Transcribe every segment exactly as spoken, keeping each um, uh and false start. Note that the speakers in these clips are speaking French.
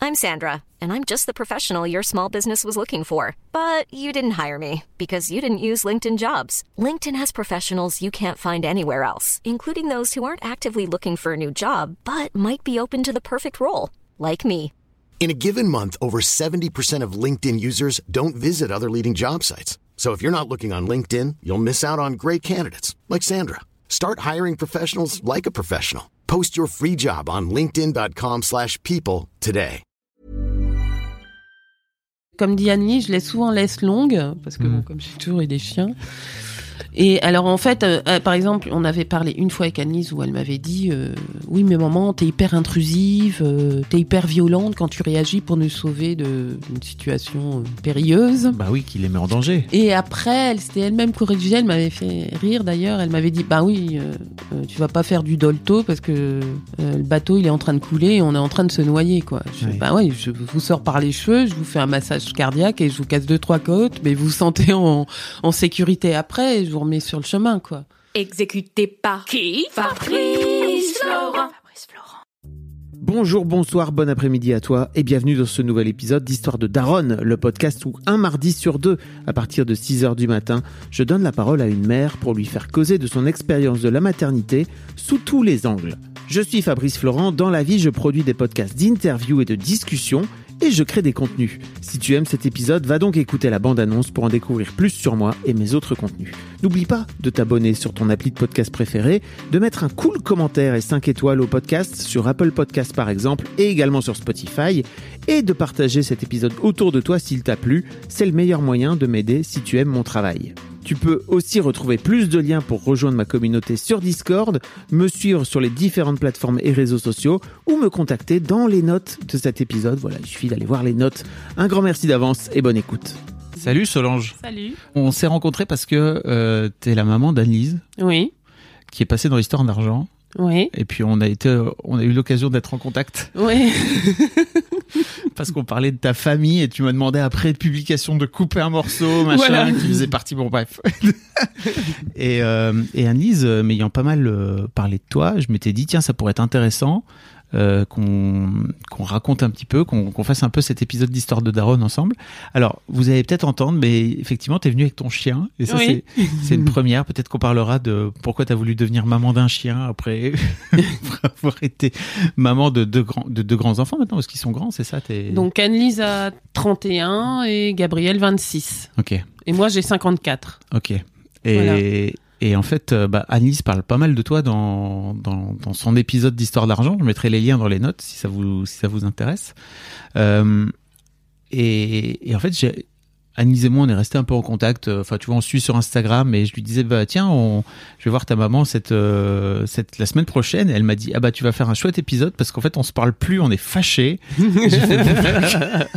I'm Sandra, and I'm just the professional your small business was looking for. But you didn't hire me because you didn't use LinkedIn Jobs. LinkedIn has professionals you can't find anywhere else, including those who aren't actively looking for a new job, but might be open to the perfect role, like me. In a given month, over seventy percent of LinkedIn users don't visit other leading job sites. So if you're not looking on LinkedIn, you'll miss out on great candidates like Sandra. Start hiring professionals like a professional. Post your free job on linkedin.com slash people today. Comme dit Annie, je laisse souvent laisse longue, parce que mmh. bon, comme j'ai toujours eu des chiens. Et alors en fait, euh, euh, par exemple, on avait parlé une fois avec Annelise où elle m'avait dit euh, « Oui, mais maman, t'es hyper intrusive, euh, t'es hyper violente quand tu réagis pour nous sauver de, d'une situation euh, périlleuse. » Bah oui, qu'il les met en danger. Et après, elle s'était elle-même corrigée, elle m'avait fait rire d'ailleurs, elle m'avait dit « Bah oui, euh, euh, tu vas pas faire du dolto parce que euh, le bateau il est en train de couler et on est en train de se noyer, quoi. » Je oui. Bah oui, je vous sors par les cheveux, je vous fais un massage cardiaque et je vous casse deux, trois côtes, mais vous vous sentez en, en sécurité après et je vous remets sur le chemin, quoi. Exécuté par qui? Fabrice Florent. Bonjour, bonsoir, bon après-midi à toi et bienvenue dans ce nouvel épisode d'Histoire de Daronne, le podcast où un mardi sur deux, à partir de six heures du matin, je donne la parole à une mère pour lui faire causer de son expérience de la maternité sous tous les angles. Je suis Fabrice Florent, dans la vie je produis des podcasts d'interviews et de discussions et je crée des contenus. Si tu aimes cet épisode, va donc écouter la bande-annonce pour en découvrir plus sur moi et mes autres contenus. N'oublie pas de t'abonner sur ton appli de podcast préféré, de mettre un cool commentaire et cinq étoiles au podcast sur Apple Podcasts par exemple et également sur Spotify et de partager cet épisode autour de toi s'il t'a plu. C'est le meilleur moyen de m'aider si tu aimes mon travail. Tu peux aussi retrouver plus de liens pour rejoindre ma communauté sur Discord, me suivre sur les différentes plateformes et réseaux sociaux ou me contacter dans les notes de cet épisode. Voilà, il suffit d'aller voir les notes. Un grand merci d'avance et bonne écoute. Salut Solange. Salut. On s'est rencontrés parce que euh, t'es la maman d'Annelise. Oui. Qui est passée dans l'Histoire d'Argent. Oui. Et puis on a été, on a eu l'occasion d'être en contact. Oui. Parce qu'on parlait de ta famille et tu m'as demandé après publication de couper un morceau, machin, voilà. Qui faisait partie, bon bref. et, euh, et Annelise, m'ayant pas mal euh, parlé de toi, je m'étais dit tiens ça pourrait être intéressant euh, qu'on, qu'on raconte un petit peu, qu'on, qu'on fasse un peu cet épisode d'Histoire de Daronne ensemble. Alors vous allez peut-être entendre, mais effectivement t'es venue avec ton chien et ça oui. c'est, c'est une première. Peut-être qu'on parlera de pourquoi t'as voulu devenir maman d'un chien après, après avoir été maman de deux grands, de deux grands enfants maintenant parce qu'ils sont grands, c'est ça t'es... Donc Annelise a trente et un et Gabriel vingt-six. Ok. Et moi j'ai cinquante-quatre. Ok. Et voilà. Et en fait, bah, Annelise parle pas mal de toi dans, dans, dans son épisode d'Histoire d'Argent. Je mettrai les liens dans les notes si ça vous, si ça vous intéresse. Euh, et, et en fait, j'ai, Annelise et moi, on est restés un peu en contact. Enfin, tu vois, on se suit sur Instagram et je lui disais, bah, tiens, on, je vais voir ta maman cette, euh, cette, la semaine prochaine. Et elle m'a dit, ah bah, tu vas faire un chouette épisode parce qu'en fait, on se parle plus, on est fâchés. J'ai fait,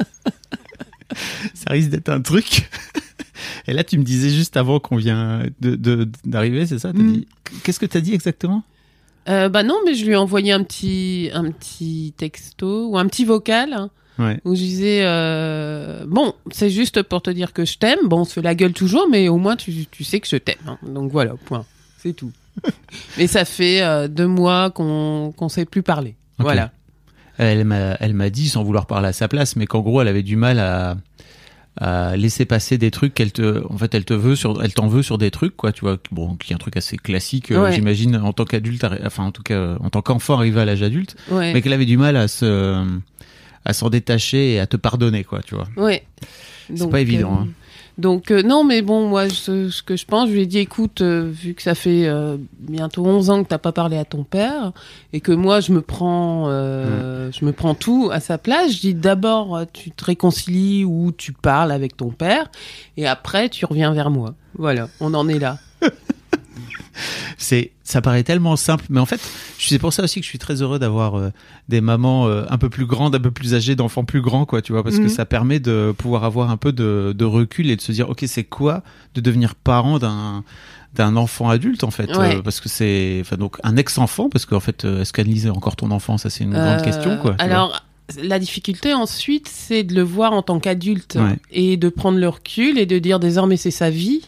ça risque d'être un truc. Et là, tu me disais juste avant qu'on vient de, de, d'arriver, c'est ça? T'as mmh. dit... Qu'est-ce que tu as dit exactement? euh, Bah non, mais je lui ai envoyé un petit, un petit texto ou un petit vocal hein, ouais. où je disais euh, bon, c'est juste pour te dire que je t'aime. Bon, on se fait la gueule toujours, mais au moins tu, tu sais que je t'aime. Hein. Donc voilà, point. C'est tout. Mais ça fait euh, deux mois qu'on qu'on sait plus parler. Okay. Voilà. Elle m'a, elle m'a dit, sans vouloir parler à sa place, mais qu'en gros, elle avait du mal à... à laisser passer des trucs qu'elle te, en fait, elle te veut sur, elle t'en veut sur des trucs, quoi, tu vois, bon, qui est un truc assez classique, ouais. euh, j'imagine, en tant qu'adulte, enfin, en tout cas, en tant qu'enfant arrivé à l'âge adulte, ouais. mais qu'elle avait du mal à se, à s'en détacher et à te pardonner, quoi, tu vois. Ouais. C'est Donc, pas évident, euh... hein. Donc euh, non, mais bon, moi, ce, ce que je pense, je lui ai dit, écoute, euh, vu que ça fait euh, bientôt onze ans que t'as pas parlé à ton père, et que moi, je me prends, euh, mmh. je me prends tout à sa place, je dis d'abord, tu te réconcilies ou tu parles avec ton père, et après, tu reviens vers moi. Voilà, on en est là. C'est, ça paraît tellement simple, mais en fait, c'est pour ça aussi que je suis très heureux d'avoir euh, des mamans euh, un peu plus grandes, un peu plus âgées, d'enfants plus grands, quoi, tu vois, parce mmh. que ça permet de pouvoir avoir un peu de, de recul et de se dire, ok, c'est quoi de devenir parent d'un d'un enfant adulte, en fait, ouais. euh, parce que c'est, enfin donc un ex-enfant, parce qu'en fait, euh, est-ce qu'Annelise est encore ton enfant, ça c'est une euh, grande question, quoi. Alors. La difficulté ensuite, c'est de le voir en tant qu'adulte ouais. et de prendre le recul et de dire désormais c'est sa vie.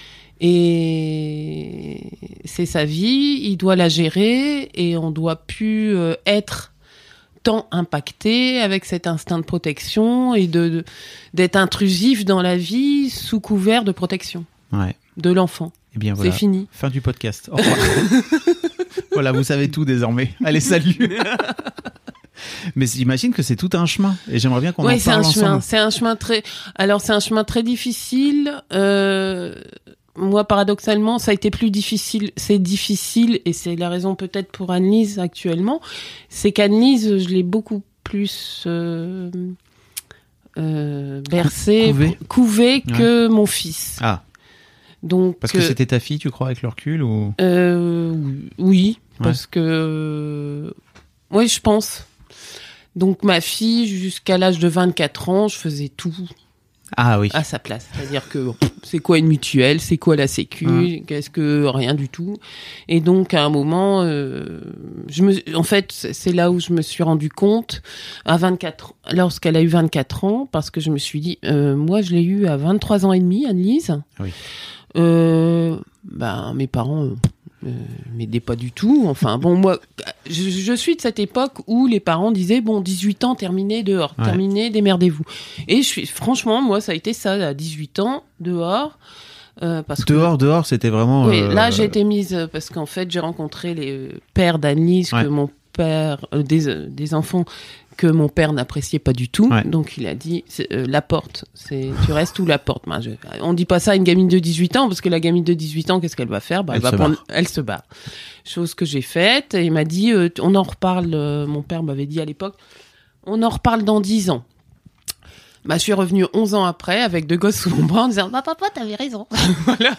Et c'est sa vie, il doit la gérer et on doit plus euh, être temps impacté avec cet instinct de protection et de, de d'être intrusif dans la vie sous couvert de protection ouais. de l'enfant. Eh bien voilà. C'est fini. Fin du podcast. Au revoir. Voilà, vous savez tout désormais. Allez, salut. Mais j'imagine que c'est tout un chemin et j'aimerais bien qu'on ouais, en c'est parle un ensemble. chemin, c'est un chemin très alors c'est un chemin très difficile euh... moi paradoxalement ça a été plus difficile, c'est difficile et c'est la raison peut-être pour Anne-Lise actuellement, c'est qu'Anne-Lise je l'ai beaucoup plus euh... Euh... bercée, Couvée, couvée que ouais. mon fils. Ah. Donc parce que euh... c'était ta fille, tu crois, avec le recul ou euh... oui, ouais. parce que oui, je pense. Donc ma fille, jusqu'à l'âge de vingt-quatre ans, je faisais tout ah, oui. à sa place. C'est-à-dire que bon, c'est quoi une mutuelle, c'est quoi la sécu, mmh. qu'est-ce que rien du tout. Et donc à un moment, euh, je me, en fait, c'est là où je me suis rendu compte à vingt-quatre, lorsqu'elle a eu vingt-quatre ans, parce que je me suis dit, euh, moi je l'ai eu à vingt-trois ans et demi, Anne-Lise. Oui. Euh, ben mes parents. Euh, Euh, m'aidait pas du tout. Enfin, bon, moi, je, je suis de cette époque où les parents disaient, bon, dix-huit ans, terminé, dehors. Ouais. Terminé, démerdez-vous. Et je suis, franchement, moi, ça a été ça, à dix-huit ans, dehors. Euh, parce dehors, que, dehors, c'était vraiment... Oui, euh... là, j'ai été mise, parce qu'en fait, j'ai rencontré les pères d'Anne-Lise, ouais. que mon père, euh, des, euh, des enfants que mon père n'appréciait pas du tout. Ouais. Donc, il a dit, c'est, euh, la porte, c'est, tu restes ou la porte. Ben, je, on dit pas ça à une gamine de dix-huit ans, parce que la gamine de dix-huit ans, qu'est-ce qu'elle va faire? Ben, elle, elle, va prendre, elle se barre. Chose que j'ai faite. Et il m'a dit, euh, on en reparle, euh, mon père m'avait dit à l'époque, on en reparle dans dix ans. Bah, je suis revenue onze ans après, avec deux gosses sous mon bras, en disant, bah, papa, t'avais raison. Voilà.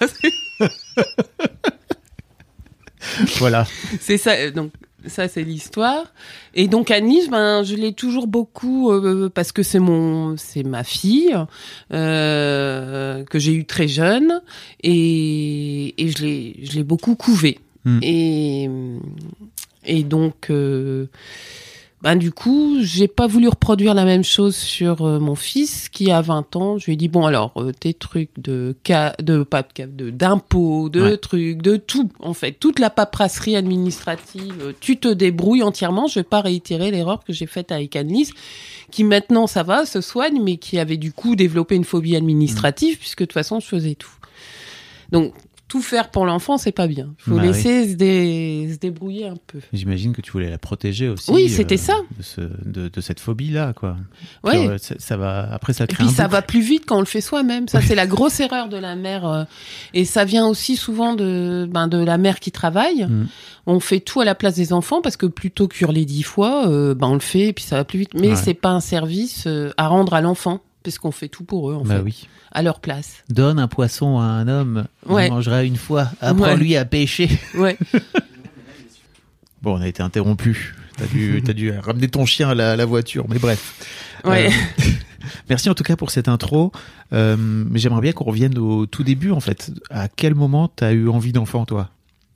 Voilà. C'est ça, donc, ça, c'est l'histoire. Et donc, Anne-Lise, ben, je l'ai toujours beaucoup, euh, parce que c'est mon, c'est ma fille, euh, que j'ai eue très jeune, et, et je l'ai, je l'ai beaucoup couvée. Mmh. Et, et donc, euh, ben, du coup, j'ai pas voulu reproduire la même chose sur euh, mon fils, qui a vingt ans. Je lui ai dit, bon, alors, euh, tes trucs de cas, de, pas de cas, de, d'impôts, de ouais. trucs, de tout, en fait, toute la paperasserie administrative, euh, tu te débrouilles entièrement. Je vais pas réitérer l'erreur que j'ai faite avec Anne-Lise, qui maintenant, ça va, se soigne, mais qui avait du coup développé une phobie administrative, mmh. puisque de toute façon, je faisais tout. Donc, tout faire pour l'enfant, c'est pas bien. Il faut bah laisser oui. se, dé... se débrouiller un peu. J'imagine que tu voulais la protéger aussi. Oui, c'était euh, ça. De, ce, de, de cette phobie-là, quoi. Ouais. Puis, ça, ça va, après, ça crée Et puis, un ça boucle. va plus vite quand on le fait soi-même. Ça, c'est la grosse erreur de la mère. Euh, et ça vient aussi souvent de, ben, de la mère qui travaille. Mm. On fait tout à la place des enfants parce que plutôt qu'hurler dix fois, euh, ben, on le fait et puis ça va plus vite. Mais ouais. c'est pas un service euh, à rendre à l'enfant. Parce qu'on fait tout pour eux, en bah fait, oui. à leur place. Donne un poisson à un homme, ouais. il mangera une fois, apprends-lui ouais. à pêcher. Ouais. Bon, on a été interrompu. T'as dû, t'as dû ramener ton chien à la, à la voiture, mais bref. Ouais. Euh, merci en tout cas pour cette intro. Euh, mais j'aimerais bien qu'on revienne au tout début, en fait. À quel moment t'as eu envie d'enfant, toi ?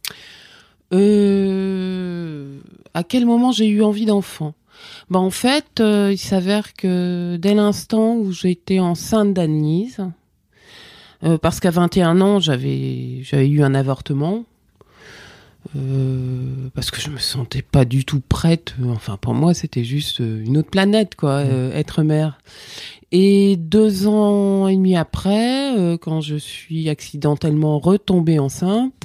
Euh... À quel moment j'ai eu envie d'enfant ? Ben, en fait, euh, il s'avère que dès l'instant où j'ai été enceinte d'Anne-Lise, euh, parce qu'à vingt et un ans, j'avais, j'avais eu un avortement, euh, parce que je me sentais pas du tout prête. Enfin, pour moi, c'était juste une autre planète, quoi, euh, être mère. Et deux ans et demi après, euh, quand je suis accidentellement retombée enceinte,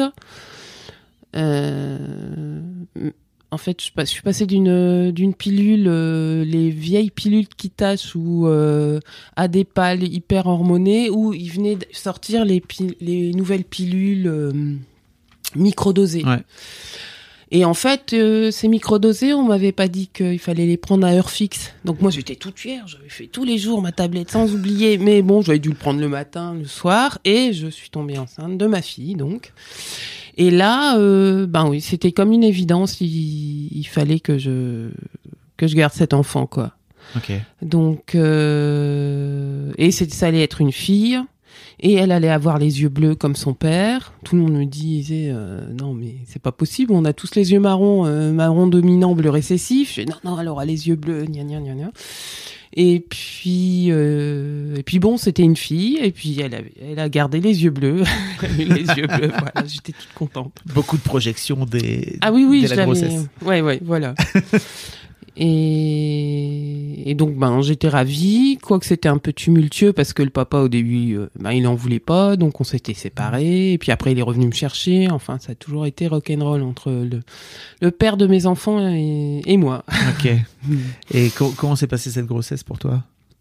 euh, en fait, je, je suis passée d'une, d'une pilule, euh, les vieilles pilules qui tâchent ou euh, à des pales hyper hormonées, où il venait de sortir les, pi- les nouvelles pilules euh, microdosées. Ouais. Et en fait, euh, ces microdosées, on m'avait pas dit qu'il fallait les prendre à heure fixe. Donc moi, j'étais toute fière, j'avais fait tous les jours ma tablette sans oublier. Mais bon, j'avais dû le prendre le matin, le soir, et je suis tombée enceinte de ma fille, donc. Et là, euh, ben oui, c'était comme une évidence. Il, il fallait que je que je garde cet enfant, quoi. Ok. Donc, euh, et c'est, ça allait être une fille, et elle allait avoir les yeux bleus comme son père. Tout le monde me disait euh, non, mais c'est pas possible. On a tous les yeux marrons, euh, marron dominant, bleu récessif. Je dis, non, non, elle aura les yeux bleus, gna gna gna gna. Et puis, euh, et puis bon, c'était une fille, et puis elle, avait, elle a gardé les yeux bleus, les yeux bleus. Voilà, j'étais toute contente. Beaucoup de projections des. Ah oui, oui, dès je la l'avais. grossesse. Ouais, ouais, voilà. Et, et donc, ben, j'étais ravie, quoique c'était un peu tumultueux parce que le papa, au début, euh, ben, il en voulait pas, donc on s'était séparés. Et puis après, il est revenu me chercher. Enfin, ça a toujours été rock'n'roll entre le, le père de mes enfants et, et moi. Ok. Et co- comment s'est passée cette grossesse pour toi ?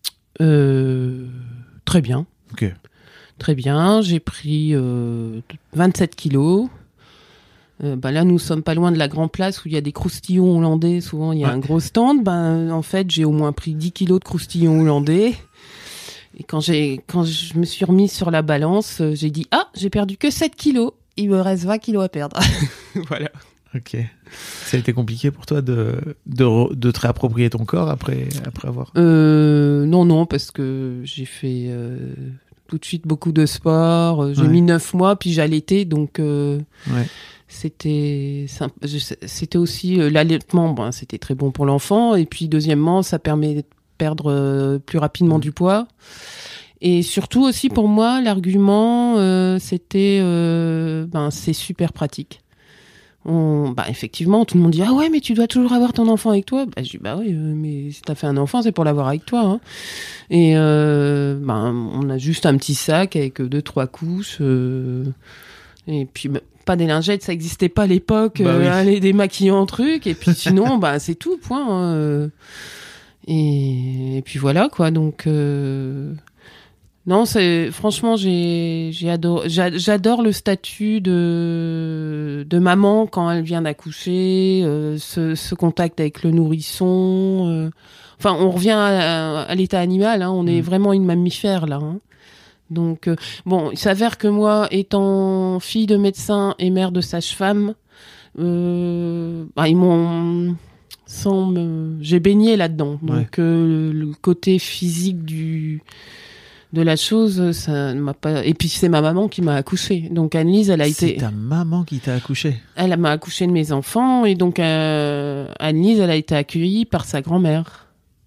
euh, Très bien. Ok. Très bien. J'ai pris euh, vingt-sept kilos. Euh, bah là, nous sommes pas loin de la Grand Place où il y a des croustillons hollandais. Souvent, il y a ouais. un gros stand. Ben, en fait, j'ai au moins pris dix kilos de croustillons hollandais. Et quand j'ai, quand je me suis remise sur la balance, j'ai dit, ah, j'ai perdu que sept kilos. Il me reste vingt kilos à perdre. Voilà. Ok. Ça a été compliqué pour toi de, de, de te réapproprier ton corps après, après avoir... Euh, non, non, parce que j'ai fait euh, tout de suite beaucoup de sport. J'ai ouais. mis neuf mois, puis j'allaitais, donc... Euh, ouais. C'était, c'était aussi euh, l'allaitement, ben, c'était très bon pour l'enfant. Et puis deuxièmement, ça permet de perdre euh, plus rapidement mmh. du poids. Et surtout aussi pour moi, l'argument, euh, c'était, euh, ben, c'est super pratique. On, bah, effectivement, tout le monde dit ah ouais, mais tu dois toujours avoir ton enfant avec toi. Bah, je dis bah oui, euh, mais si t'as fait un enfant, c'est pour l'avoir avec toi. Hein. Et euh, ben, on a juste un petit sac avec deux trois couches. Euh, et puis bah, pas des lingettes, ça existait pas à l'époque, bah euh, oui. les démaquillants trucs. Et puis sinon, bah c'est tout, point. Hein. Et, et puis voilà quoi. Donc euh... non, c'est franchement j'ai j'ai adoré, j'adore le statut de de maman quand elle vient d'accoucher, euh, ce, ce contact avec le nourrisson. Euh... Enfin, on revient à, à l'état animal. Hein. On mmh. est vraiment une mammifère là. Hein. Donc, euh, bon, il s'avère que moi, étant fille de médecin et mère de sage-femme, euh, bah, ils m'ont... Sans me... J'ai baigné là-dedans. Donc, ouais. euh, le côté physique du... de la chose, ça ne m'a pas... Et puis, c'est ma maman qui m'a accouchée. Donc, Anne-Lise, elle a c'est été... C'est ta maman qui t'a accouchée ? Elle m'a accouché de mes enfants. Et donc, euh, Anne-Lise, elle a été accueillie par sa grand-mère.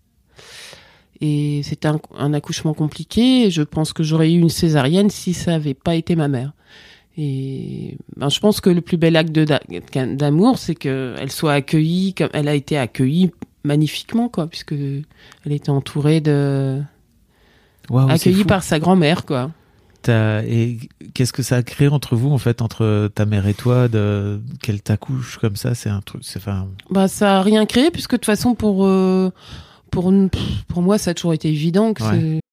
Et c'était un, un accouchement compliqué. Et je pense que j'aurais eu une césarienne si ça n'avait pas été ma mère. Et ben, je pense que le plus bel acte de, d'amour, c'est qu'elle soit accueillie comme elle a été accueillie magnifiquement, quoi, puisque elle était entourée de, wow, accueillie par sa grand-mère, quoi. T'as... Et qu'est-ce que ça a créé entre vous, en fait, entre ta mère et toi, de... qu'elle t'accouche comme ça, c'est un truc, c'est enfin. Bah, ça a rien créé, puisque de toute façon, pour euh... Pour, pour moi, ça a toujours été évident que ouais. c'est...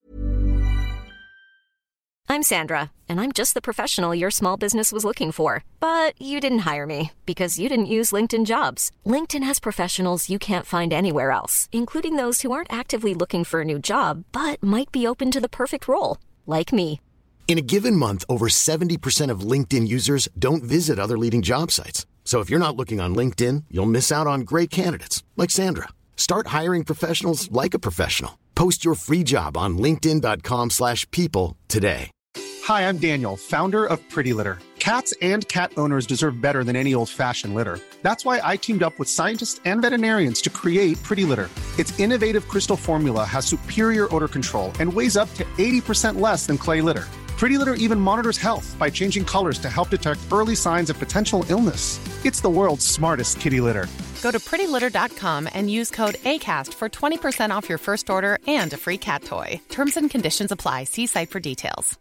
I'm Sandra, and I'm just the professional your small business was looking for. But you didn't hire me, because you didn't use LinkedIn Jobs. LinkedIn has professionals you can't find anywhere else, including those who aren't actively looking for a new job, but might be open to the perfect role, like me. In a given month, over seventy percent of LinkedIn users don't visit other leading job sites. So if you're not looking on LinkedIn, you'll miss out on great candidates, like Sandra. Start hiring professionals like a professional. Post your free job on linkedin.com slash people today. Hi, I'm Daniel, founder of Pretty Litter. Cats and cat owners deserve better than any old-fashioned litter. That's why I teamed up with scientists and veterinarians to create Pretty Litter. Its innovative crystal formula has superior odor control and weighs up to eighty percent less than clay litter. Pretty Litter even monitors health by changing colors to help detect early signs of potential illness. It's the world's smartest kitty litter. Go to pretty litter dot com and use code ACAST for twenty percent off your first order and a free cat toy. Terms and conditions apply. See site for details.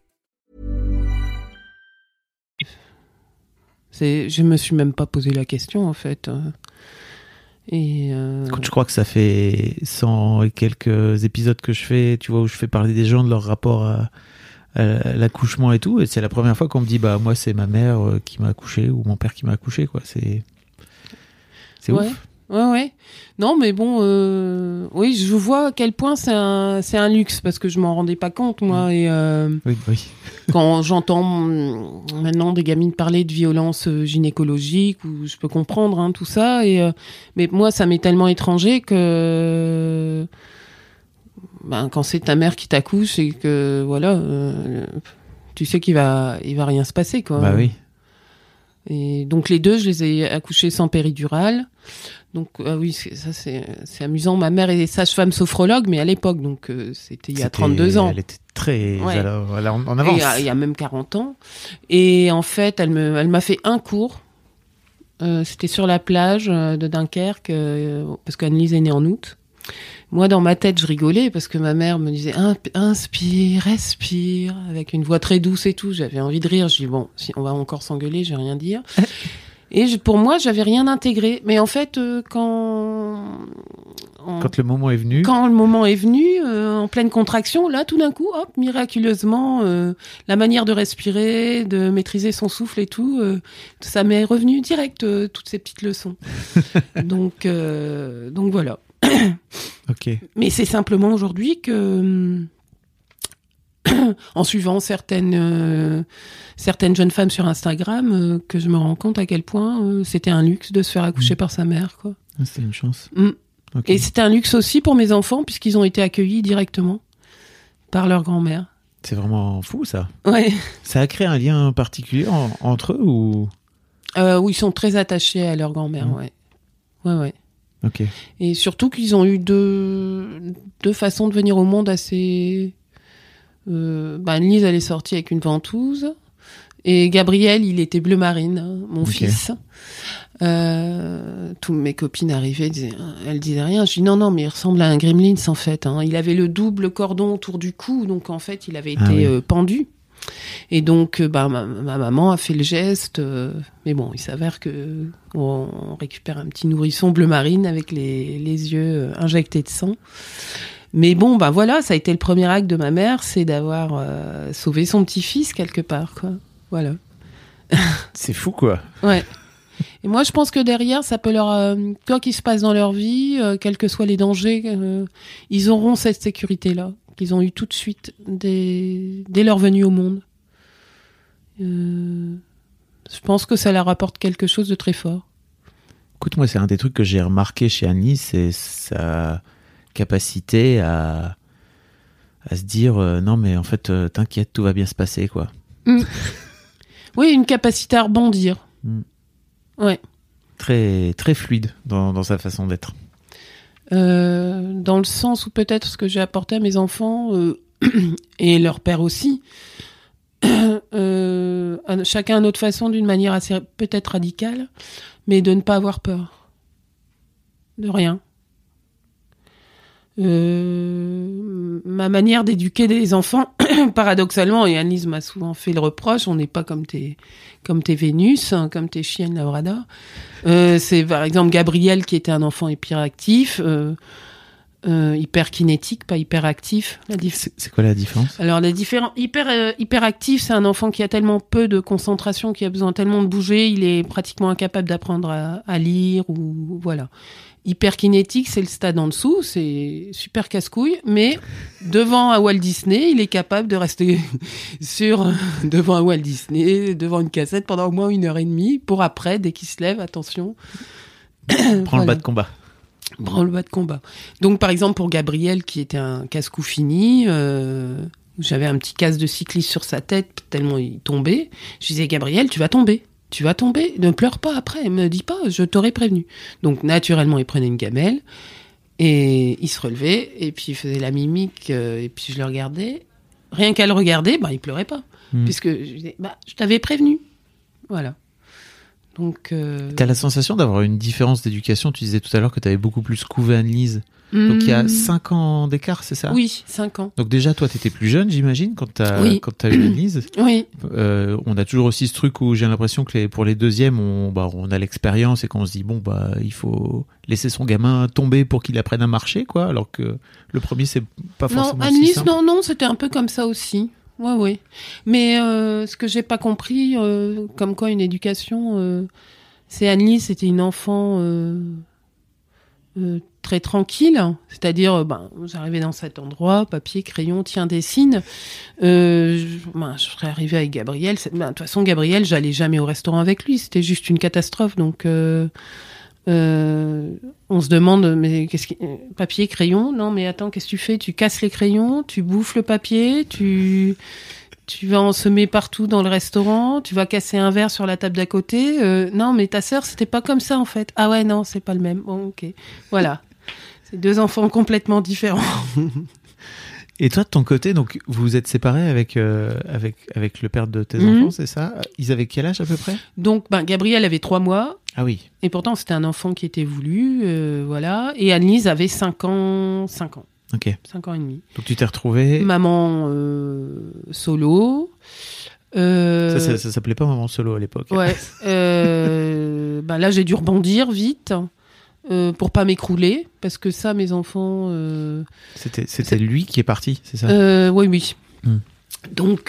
C'est, je me suis même pas posé la question, en fait. Et euh... Je crois que ça fait cent et quelques épisodes que je fais, tu vois, où je fais parler des gens de leur rapport à... l'accouchement et tout, et c'est la première fois qu'on me dit bah moi c'est ma mère qui m'a accouché ou mon père qui m'a accouché, quoi. C'est c'est ouais. ouf. Ouais ouais. Non mais bon, euh... oui, je vois à quel point c'est un c'est un luxe parce que je m'en rendais pas compte moi. Et euh... oui oui. Quand j'entends maintenant des gamines parler de violence gynécologique, ou je peux comprendre hein, tout ça, et euh... mais moi ça m'est tellement étranger que ben, quand c'est ta mère qui t'accouche et que voilà, euh, tu sais qu'il va, il va rien se passer, quoi. Bah oui. Et donc les deux, je les ai accouchés sans péridurale. Donc ah oui, c'est, ça c'est, c'est amusant. Ma mère est sage-femme sophrologue, mais à l'époque, donc euh, c'était il y a c'était, trente-deux ans. Elle était très, ouais. alors, elle en, en avance. Il y, y a même quarante ans. Et en fait, elle me, elle m'a fait un cours Euh, c'était sur la plage euh, de Dunkerque, euh, parce qu'Anne-Lise est née en août. Moi, dans ma tête, je rigolais parce que ma mère me disait « Inspire, respire », avec une voix très douce et tout. J'avais envie de rire. Je dis « Bon, si on va encore s'engueuler, je vais rien dire. » Et je, pour moi, j'avais rien intégré. Mais en fait, euh, quand... En... Quand le moment est venu Quand le moment est venu, euh, en pleine contraction, là, tout d'un coup, hop, miraculeusement, euh, la manière de respirer, de maîtriser son souffle et tout, euh, ça m'est revenu direct, euh, toutes ces petites leçons. donc, euh, donc voilà. Ok. Mais c'est simplement aujourd'hui que, en suivant certaines euh, certaines jeunes femmes sur Instagram, euh, que je me rends compte à quel point euh, c'était un luxe de se faire accoucher mmh. par sa mère, quoi. Ah, c'était une chance. Mmh. Okay. Et c'était un luxe aussi pour mes enfants puisqu'ils ont été accueillis directement par leur grand-mère. C'est vraiment fou, ça. Ouais. Ça a créé un lien particulier en, entre eux ou euh, où ils sont très attachés à leur grand-mère, mmh. ouais. Ouais, ouais. Ok. Et surtout qu'ils ont eu deux, deux façons de venir au monde assez... Euh, bah Anne-Lise, elle est sortie avec une ventouse. Et Gabriel, il était bleu marine, hein, mon okay. fils. Euh, toutes mes copines arrivaient, disaient, elles disaient rien. Je dis non, non, mais il ressemble à un gremlins, en fait. Hein. Il avait le double cordon autour du cou, donc en fait, il avait été ah, oui. euh, pendu. Et donc, bah, ma, ma maman a fait le geste. Euh, mais bon, il s'avère que on, on récupère un petit nourrisson bleu marine avec les, les yeux injectés de sang. Mais bon, bah voilà, ça a été le premier acte de ma mère, c'est d'avoir euh, sauvé son petit-fils quelque part, quoi. Voilà. C'est fou, quoi. Ouais. Et moi, je pense que derrière, ça peut leur... Euh, quoi qu'il se passe dans leur vie, euh, quels que soient les dangers, euh, ils auront cette sécurité-là, qu'ils ont eu tout de suite dès, dès leur venue au monde. Euh, je pense que ça leur apporte quelque chose de très fort. Écoute, moi, c'est un des trucs que j'ai remarqué chez Annie, c'est sa capacité à, à se dire euh, non, mais en fait, euh, t'inquiète, tout va bien se passer, quoi. Mmh. Oui, une capacité à rebondir. Mmh. Ouais. Très, très fluide dans, dans sa façon d'être. Euh, dans le sens où peut-être ce que j'ai apporté à mes enfants, euh, et leur père aussi, euh, chacun à notre façon, d'une manière assez peut-être radicale, mais de ne pas avoir peur. De rien. Euh, ma manière d'éduquer des enfants, paradoxalement, et Anne-Lise m'a souvent fait le reproche, on n'est pas comme tes, comme tes Vénus, hein, comme tes chiennes Labrador. Euh, c'est par exemple Gabriel qui était un enfant hyperactif, euh, euh, hyperkinétique, pas hyperactif. La dif- c'est, c'est quoi la différence ? Alors la différence, hyper euh, hyperactif, c'est un enfant qui a tellement peu de concentration, qui a besoin tellement de bouger, il est pratiquement incapable d'apprendre à, à lire ou voilà. Hyperkinétique, c'est le stade en dessous, c'est super casse-couille, mais devant un Walt Disney, il est capable de rester sur devant un Walt Disney, devant une cassette pendant au moins une heure et demie, pour après, dès qu'il se lève, attention. Prends voilà. le bas de combat. Prends le bas de combat. Donc, par exemple, pour Gabriel, qui était un casse-cou fini, euh, j'avais un petit casque de cycliste sur sa tête, tellement il tombait, je disais, Gabriel, tu vas tomber. Tu vas tomber, ne pleure pas après, me dis pas, je t'aurais prévenu. Donc naturellement, il prenait une gamelle et il se relevait et puis il faisait la mimique euh, et puis je le regardais. Rien qu'à le regarder, bah il pleurait pas, mmh. puisque je disais, bah je t'avais prévenu, voilà. Donc. Euh... T'as la sensation d'avoir une différence d'éducation. Tu disais tout à l'heure que t'avais beaucoup plus couvé Anne-Lise. Mmh. Donc il y a cinq ans d'écart, c'est ça ? Oui, cinq ans. Donc déjà, toi, t'étais plus jeune, j'imagine, quand t'as, oui. quand t'as eu Anne-Lise. Oui. Euh, on a toujours aussi ce truc où j'ai l'impression que les, pour les deuxièmes, on, bah, on a l'expérience et qu'on se dit, bon, bah, il faut laisser son gamin tomber pour qu'il apprenne à marcher, quoi. Alors que le premier, c'est pas forcément non, Anne-Lise, si simple. Non, non, c'était un peu comme ça aussi. Ouais, ouais. Mais euh, ce que j'ai pas compris, euh, comme quoi une éducation, euh, c'est Anne-Lise, c'était une enfant euh, euh, très tranquille, c'est-à-dire, ben, j'arrivais dans cet endroit, papier, crayon, tiens, dessine. Euh, je, ben, je serais arrivée avec Gabriel. Ben, de toute façon, Gabriel, j'allais jamais au restaurant avec lui, c'était juste une catastrophe. Donc, euh, euh, on se demande, mais qu'est-ce qui, papier, crayon, non, mais attends, qu'est-ce que tu fais ? Tu casses les crayons, tu bouffes le papier, tu, tu vas en semer partout dans le restaurant, tu vas casser un verre sur la table d'à côté. Euh, non, mais ta sœur, c'était pas comme ça en fait. Ah ouais, non, c'est pas le même. Bon, ok, voilà. C'est deux enfants complètement différents. Et toi, de ton côté, donc vous vous êtes séparés avec euh, avec avec le père de tes mmh. enfants, c'est ça ? Ils avaient quel âge à peu près ? Donc, ben Gabriel avait trois mois Ah oui. Et pourtant, c'était un enfant qui était voulu, euh, voilà. Et Annelise avait cinq ans, cinq ans. Ok. cinq ans et demi. Donc tu t'es retrouvée... Maman euh, solo. Euh... Ça, ça, ça s'appelait pas maman solo à l'époque. Ouais. euh... ben là, j'ai dû rebondir vite euh, pour pas m'écrouler, parce que ça, mes enfants... Euh... C'était, c'était lui qui est parti, c'est ça euh, Oui, oui. Hmm. Donc,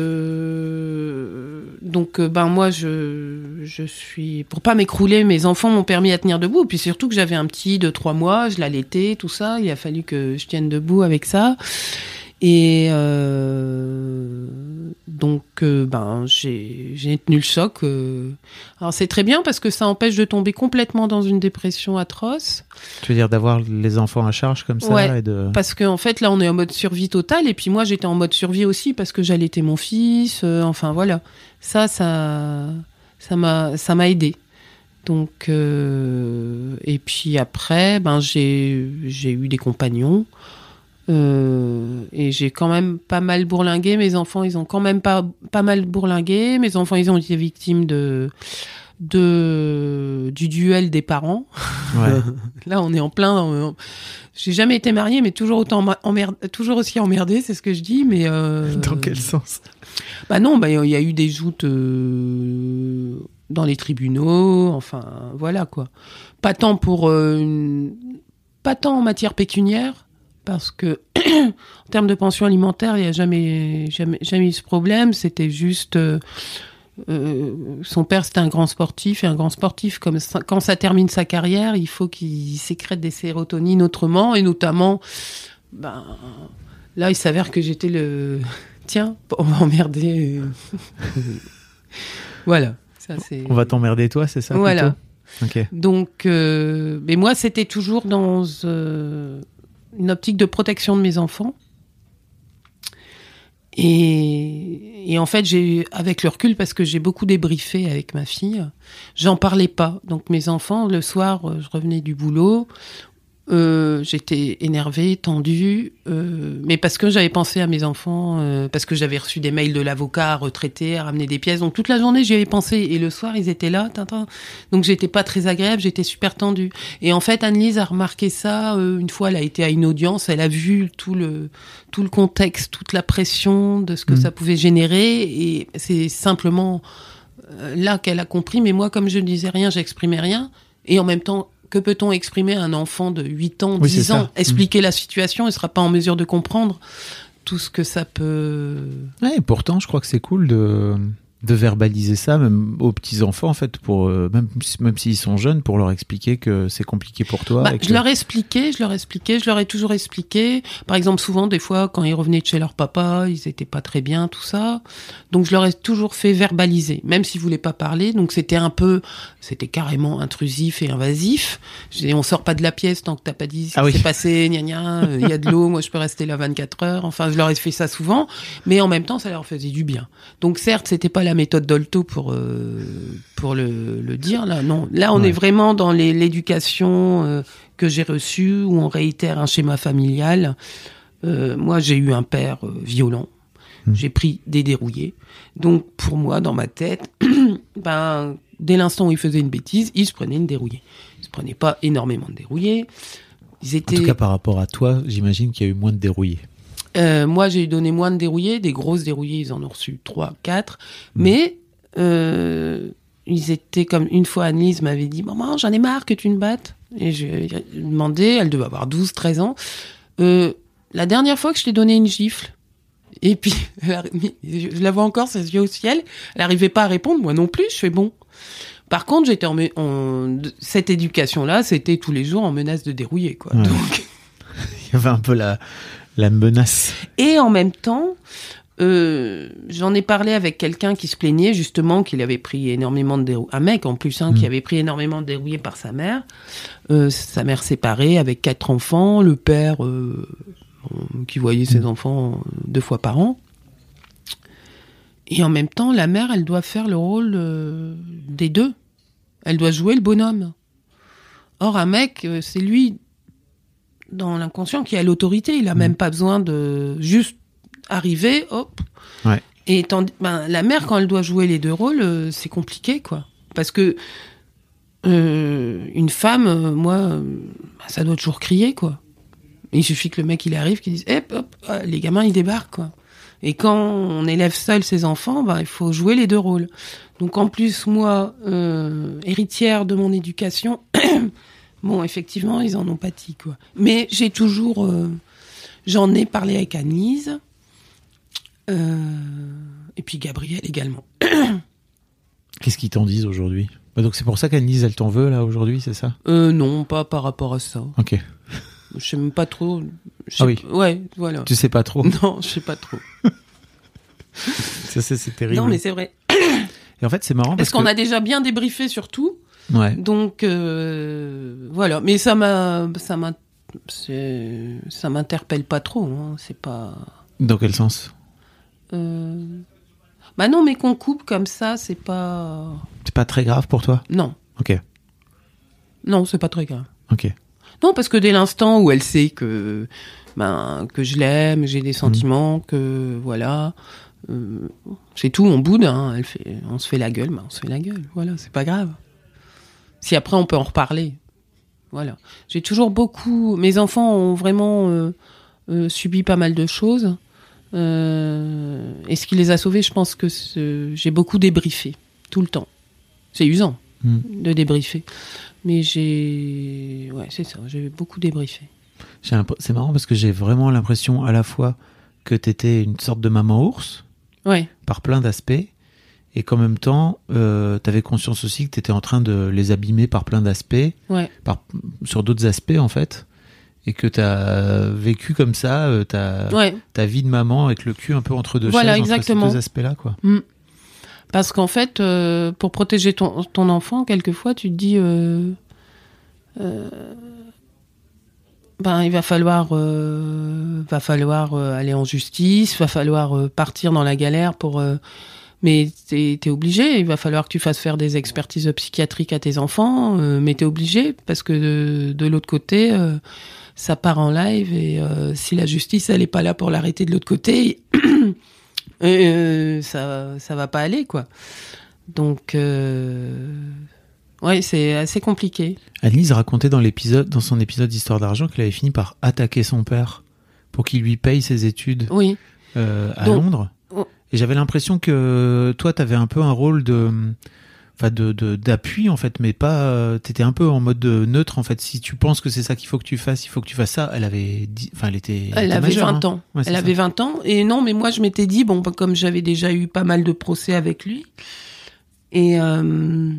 euh, donc, ben moi, je, je suis pour pas m'écrouler. Mes enfants m'ont permis à tenir debout. Puis surtout que j'avais un petit de trois mois, je l'allaitais, tout ça. Il a fallu que je tienne debout avec ça. Et euh, donc, euh, ben, j'ai, j'ai tenu le choc. Euh. Alors, c'est très bien parce que ça empêche de tomber complètement dans une dépression atroce. Tu veux dire d'avoir les enfants à charge comme ça ouais, et de... parce qu'en en fait, là, on est en mode survie totale. Et puis moi, j'étais en mode survie aussi parce que j'allaitais mon fils. Euh, enfin, voilà. Ça, ça, ça m'a, ça m'a aidé. Donc, euh, et puis après, ben, j'ai, j'ai eu des compagnons. Euh, et j'ai quand même pas mal bourlingué. Mes enfants, ils ont quand même pas, pas mal bourlingué. Mes enfants, ils ont été victimes de, de, du duel des parents. Ouais. Là, on est en plein. Euh, j'ai jamais été mariée, mais toujours autant emmerd, toujours aussi emmerdée, c'est ce que je dis. Mais euh, dans quel sens? Bah non, bah il y a eu des joutes euh, dans les tribunaux. Enfin, voilà quoi. Pas tant pour, euh, une, pas tant en matière pécuniaire. Parce que, en termes de pension alimentaire, il n'y a jamais, jamais, jamais eu ce problème. C'était juste... Euh, euh, son père, c'était un grand sportif. Et un grand sportif, comme ça, quand ça termine sa carrière, il faut qu'il sécrète des sérotonines autrement. Et notamment, ben, là, il s'avère que j'étais le... Tiens, on va emmerder... Voilà. Ça, c'est... On va t'emmerder toi, c'est ça? Voilà. Okay. Donc, euh, mais moi, c'était toujours dans... Euh, une optique de protection de mes enfants. Et, et en fait, j'ai, avec le recul, parce que j'ai beaucoup débriefé avec ma fille, j'en parlais pas. Donc mes enfants, le soir, je revenais du boulot, euh, j'étais énervée, tendue, euh, mais parce que j'avais pensé à mes enfants, euh, parce que j'avais reçu des mails de l'avocat à retraiter, à ramener des pièces. Donc toute la journée, j'y avais pensé. Et le soir, ils étaient là. Tintin. Donc j'étais pas très agréable, j'étais super tendue. Et en fait, Annelise a remarqué ça. Euh, une fois, elle a été à une audience, elle a vu tout le, tout le contexte, toute la pression de ce que mmh. ça pouvait générer. Et c'est simplement euh, là qu'elle a compris. Mais moi, comme je ne disais rien, j'exprimais rien. Et en même temps, que peut-on exprimer à un enfant de huit ans, oui, dix ans? ça. Expliquer mmh. la situation, il ne sera pas en mesure de comprendre tout ce que ça peut... Ouais, et pourtant, je crois que c'est cool de, de verbaliser ça, même aux petits-enfants, en fait, pour, euh, même, même s'ils sont jeunes, pour leur expliquer que c'est compliqué pour toi. Bah, et que... Je leur ai expliqué, je leur ai expliqué, je leur ai toujours expliqué. Par exemple, souvent, des fois, quand ils revenaient de chez leur papa, ils étaient pas très bien, tout ça. Donc, je leur ai toujours fait verbaliser, même s'ils voulaient pas parler. Donc, c'était un peu, c'était carrément intrusif et invasif. Je dis, on sort pas de la pièce tant que t'as pas dit ce qui ah oui. s'est passé, gna gna, il euh, y a de l'eau, moi je peux rester là vingt-quatre heures. Enfin, je leur ai fait ça souvent, mais en même temps, ça leur faisait du bien. Donc, certes, c'était pas la méthode Dolto pour euh, pour le, le dire. Là, non. Là, on ouais. est vraiment dans les, l'éducation euh, que j'ai reçue, où on réitère un schéma familial. Euh, moi, j'ai eu un père euh, violent. Mmh. J'ai pris des dérouillés. Donc, pour moi, dans ma tête, ben, dès l'instant où il faisait une bêtise, il se prenait une dérouillée. Il se prenait pas énormément de dérouillés. Ils étaient... En tout cas, par rapport à toi, j'imagine qu'il y a eu moins de dérouillés. Euh, moi, j'ai donné moins de dérouillés. Des grosses dérouillées, ils en ont reçu trois, quatre. Mmh. Mais euh, ils étaient comme... Une fois, Annelise m'avait dit « Maman, j'en ai marre que tu me battes. » Et je lui ai demandé, elle devait avoir douze, treize ans, euh, la dernière fois que je t'ai donné une gifle. Et puis, elle a, je la vois encore, ses yeux au ciel. Elle n'arrivait pas à répondre, moi non plus. Je fais bon. Par contre, j'étais en, en cette éducation-là, c'était tous les jours en menace de dérouiller, quoi. Ouais. Donc, il y avait un peu la, la menace. Et en même temps, euh, j'en ai parlé avec quelqu'un qui se plaignait justement qu'il avait pris énormément de dérouillés. Un mec en plus, hein, mmh. qui avait pris énormément de dérouillés par sa mère. Euh, sa mère séparée avec quatre enfants, le père euh, qui voyait ses mmh. enfants deux fois par an. Et en même temps, la mère, elle doit faire le rôle euh, des deux. Elle doit jouer le bonhomme. Or, un mec, euh, c'est lui, dans l'inconscient, qui a l'autorité. Il a mmh. même pas besoin de juste arriver, hop. Ouais. Et, tandis, ben, la mère, quand elle doit jouer les deux rôles, euh, c'est compliqué, quoi. Parce que euh, une femme, euh, moi, euh, ça doit toujours crier, quoi. Il suffit que le mec, il arrive, qu'il dise, hop, hop, euh, les gamins, ils débarquent, quoi. Et quand on élève seul ses enfants, ben, il faut jouer les deux rôles. Donc, en plus, moi, euh, héritière de mon éducation, bon, effectivement, ils en ont pâti, quoi. Mais j'ai toujours... Euh, j'en ai parlé avec Anne-Lise, euh, et puis Gabriel également. Qu'est-ce qu'ils t'en disent aujourd'hui ? Bah donc, c'est pour ça qu'Anne-Lise, elle t'en veut, là, aujourd'hui, c'est ça ? Euh, non, pas par rapport à ça. Ok. Je sais même pas trop. Je sais Ah oui. p- Ouais, voilà. Tu sais pas trop ? Non, je sais pas trop. Ça, c'est, c'est terrible. Non, mais c'est vrai. Et en fait, c'est marrant parce, Parce qu'on que... a déjà bien débriefé sur tout. Ouais. Donc, euh, voilà. Mais ça m'a, ça m'a, c'est, ça m'interpelle pas trop. Hein. C'est pas. Dans quel sens ? Euh... Bah non, mais qu'on coupe comme ça, c'est pas. C'est pas très grave pour toi ? Non. Ok. Non, c'est pas très grave. Ok. Non, parce que dès l'instant où elle sait que, ben, que je l'aime, j'ai des sentiments, mmh. que voilà, euh, c'est tout, on boude, hein, elle fait, on se fait la gueule, ben, on se fait la gueule, voilà, c'est pas grave. Si après on peut en reparler, voilà. J'ai toujours beaucoup, mes enfants ont vraiment euh, euh, subi pas mal de choses, euh, et ce qui les a sauvés, je pense que ce, j'ai beaucoup débriefé, tout le temps. C'est usant mmh. de débriefer. Mais j'ai... Ouais, c'est ça, j'ai beaucoup débriefé. J'ai imp... C'est marrant parce que j'ai vraiment l'impression à la fois que t'étais une sorte de maman ours, ouais. par plein d'aspects, et qu'en même temps, euh, t'avais conscience aussi que t'étais en train de les abîmer par plein d'aspects, ouais. par... sur d'autres aspects en fait, et que t'as vécu comme ça euh, ta... Ouais. ta vie de maman avec le cul un peu entre deux voilà, chaises, exactement. entre ces deux aspects-là, quoi. Mm. Parce qu'en fait, euh, pour protéger ton, ton enfant, quelquefois, tu te dis, euh, euh, ben, il va falloir, euh, va falloir euh, aller en justice, va falloir euh, partir dans la galère pour. Euh, mais t'es, t'es obligé. Il va falloir que tu fasses faire des expertises psychiatriques à tes enfants, euh, mais t'es obligé parce que de, de l'autre côté, euh, ça part en live et euh, si la justice elle est pas là pour l'arrêter de l'autre côté. Et euh, ça ça va pas aller, quoi. Donc euh... ouais, c'est assez compliqué. Anne-Lise racontait dans l'épisode dans son épisode d'Histoire d'argent qu'elle avait fini par attaquer son père pour qu'il lui paye ses études oui. euh, à Donc, Londres. oh. Et j'avais l'impression que toi t'avais un peu un rôle de enfin de, de d'appui en fait, mais pas euh, t'étais un peu en mode neutre en fait. Si tu penses que c'est ça qu'il faut que tu fasses, il faut que tu fasses ça. Elle avait dit, enfin elle était elle, elle avait majeure, vingt hein. ans. Ouais, elle avait ça. vingt ans et non, mais moi je m'étais dit bon, comme j'avais déjà eu pas mal de procès avec lui et euh,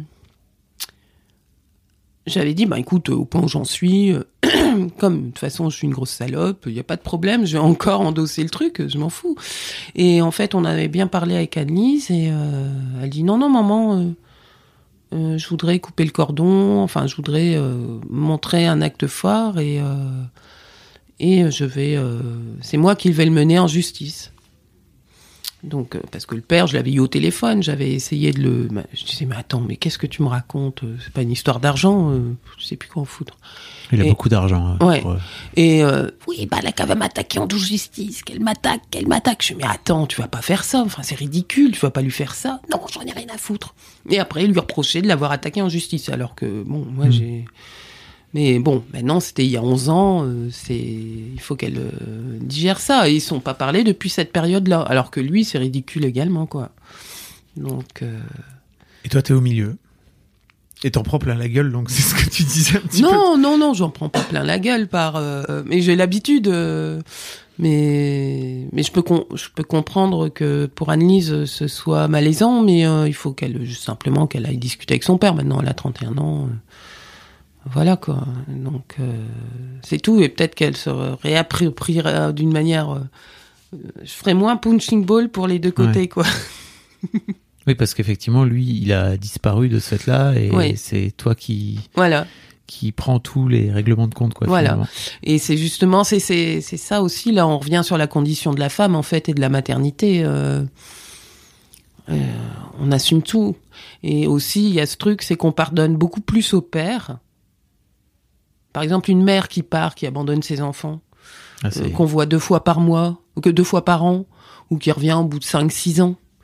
j'avais dit bah écoute, au point où j'en suis, euh, comme de toute façon je suis une grosse salope, il y a pas de problème, je vais encore endosser le truc, je m'en fous. Et en fait on avait bien parlé avec Anne-Lise et euh, elle dit non non maman. Euh, Euh, je voudrais couper le cordon, enfin je voudrais euh, montrer un acte fort et euh, et je vais euh, c'est moi qui vais le mener en justice. Donc euh, parce que le père, je l'avais eu au téléphone, j'avais essayé de le bah, je disais mais attends, mais qu'est-ce que tu me racontes, c'est pas une histoire d'argent, euh, je sais plus quoi en foutre. Il a et, beaucoup d'argent. Hein, ouais. Pour... Et euh, oui, bah là, qu'elle va m'attaquer en justice, qu'elle m'attaque, qu'elle m'attaque. Je dis, mais attends, tu vas pas faire ça. Enfin, c'est ridicule, tu vas pas lui faire ça. Non, j'en ai rien à foutre. Et après, il lui reprochait de l'avoir attaqué en justice. Alors que, bon, moi, mmh. j'ai... Mais bon, maintenant, c'était il y a onze ans. Euh, c'est... Il faut qu'elle euh, digère ça. Et ils sont pas parlé depuis cette période-là. Alors que lui, c'est ridicule également, quoi. Donc... Euh... Et toi, t'es au milieu. Et t'en prends plein la gueule, donc c'est ce que tu disais un petit non, peu. Non, non, non, j'en prends pas plein la gueule par. Euh, mais j'ai l'habitude. Euh, mais mais je peux com- je peux comprendre que pour Anne-Lise ce soit malaisant, mais euh, il faut qu'elle juste simplement qu'elle aille discuter avec son père. Maintenant, elle a trente et un ans. Euh, voilà quoi. Donc euh, c'est tout. Et peut-être qu'elle se réappropriera d'une manière. Euh, je ferai moins punching ball pour les deux côtés, ouais. quoi. Oui, parce qu'effectivement, lui, il a disparu de ce fait-là, et oui. c'est toi qui, voilà. qui prends tous les règlements de compte, quoi. Voilà. Finalement. Et c'est justement, c'est, c'est, c'est ça aussi, là, on revient sur la condition de la femme, en fait, et de la maternité. Euh, euh, on assume tout. Et aussi, il y a ce truc, c'est qu'on pardonne beaucoup plus au père. Par exemple, une mère qui part, qui abandonne ses enfants, ah, euh, qu'on voit deux fois par mois, que deux fois par an, ou qui revient au bout de cinq six ans.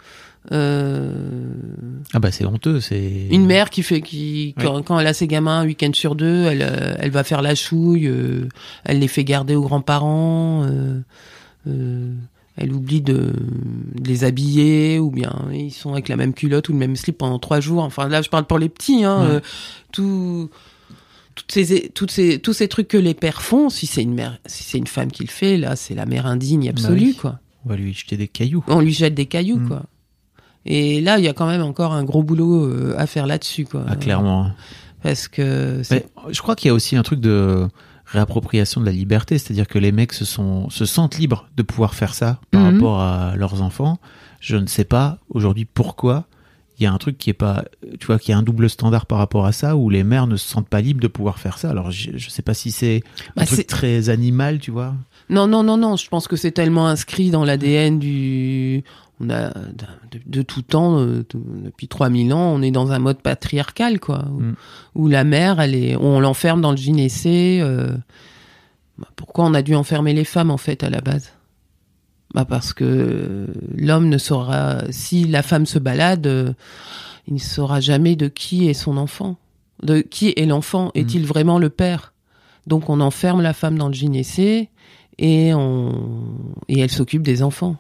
Euh... Ah bah c'est honteux, c'est... Une mère qui fait... qui ouais. quand, quand elle a ses gamins un week-end sur deux, elle, elle va faire la chouille, euh, elle les fait garder aux grands-parents, euh, euh, elle oublie de, de les habiller, ou bien ils sont avec la même culotte ou le même slip pendant trois jours. Enfin là, je parle pour les petits, hein, ouais. euh, tout... Toutes ces, toutes ces, tous ces trucs que les pères font, si c'est une mère, si c'est une femme qui le fait, là, c'est la mère indigne absolue, bah oui. quoi. On va lui jeter des cailloux. On lui jette des cailloux, mmh. quoi. Et là, il y a quand même encore un gros boulot euh, à faire là-dessus, quoi. Ah, clairement. Parce que... C'est... Mais je crois qu'il y a aussi un truc de réappropriation de la liberté, c'est-à-dire que les mecs se, sont, se sentent libres de pouvoir faire ça par mmh. rapport à leurs enfants. Je ne sais pas, aujourd'hui, pourquoi... Il y a un truc qui est pas, tu vois, qui a un double standard par rapport à ça, où les mères ne se sentent pas libres de pouvoir faire ça. Alors, je, je sais pas si c'est un bah truc c'est... très animal, tu vois. Non, non, non, non. Je pense que c'est tellement inscrit dans l'A D N du, on a, de, de tout temps, de, depuis trois mille ans, on est dans un mode patriarcal, quoi. Où, mm. où la mère, elle est, on l'enferme dans le gynécée, euh, bah, pourquoi on a dû enfermer les femmes, en fait, à la base? Bah parce que l'homme ne saura, si la femme se balade, euh, il ne saura jamais de qui est son enfant, de qui est l'enfant, mmh. est-il vraiment le père? Donc on enferme la femme dans le gynécée et on et elle s'occupe des enfants.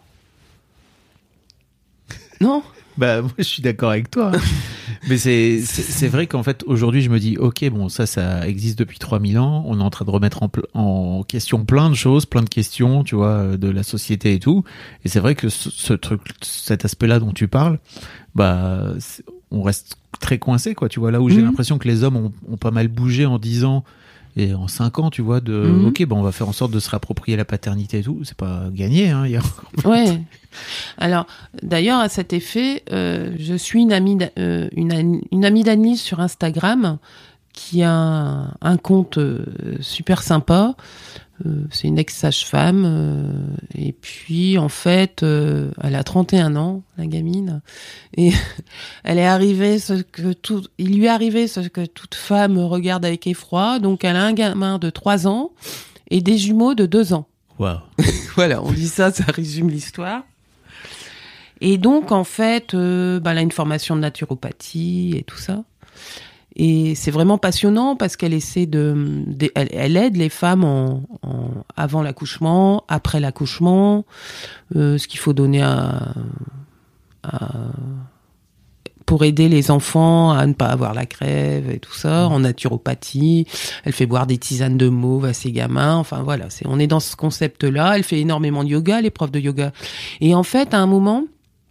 Non? Bah moi je suis d'accord avec toi. Mais c'est, c'est c'est vrai qu'en fait aujourd'hui je me dis ok bon ça ça existe depuis trois mille ans, on est en train de remettre en, pl- en question plein de choses, plein de questions, tu vois, de la société et tout. Et c'est vrai que ce, ce truc, cet aspect-là dont tu parles, bah on reste très coincé quoi. Tu vois là où mmh. j'ai l'impression que les hommes ont, ont pas mal bougé en dix ans. Et en cinq ans, tu vois, de mmh. ok, bon, on va faire en sorte de se réapproprier la paternité et tout. C'est pas gagné, hein. Il y a ouais. Alors, d'ailleurs, à cet effet, euh, je suis une amie, euh, une, une amie d'Annelise sur Instagram qui a un, un compte euh, super sympa. Euh, c'est une ex-sage-femme. Euh, et puis, en fait, euh, elle a trente et un ans, la gamine. Et elle est arrivée, ce que tout, il lui est arrivé ce que toute femme regarde avec effroi. Donc, elle a un gamin de trois ans et des jumeaux de deux ans. Waouh. Voilà, on dit ça, ça résume l'histoire. Et donc, en fait, euh, bah, elle a une formation de naturopathie et tout ça. Et c'est vraiment passionnant parce qu'elle essaie de, de elle, elle aide les femmes en, en avant l'accouchement, après l'accouchement, euh, ce qu'il faut donner à, à pour aider les enfants à ne pas avoir la crève et tout ça, en naturopathie. Elle fait boire des tisanes de mauve à ses gamins. Enfin voilà, c'est on est dans ce concept-là. Elle fait énormément de yoga, les profs de yoga. Et en fait, à un moment,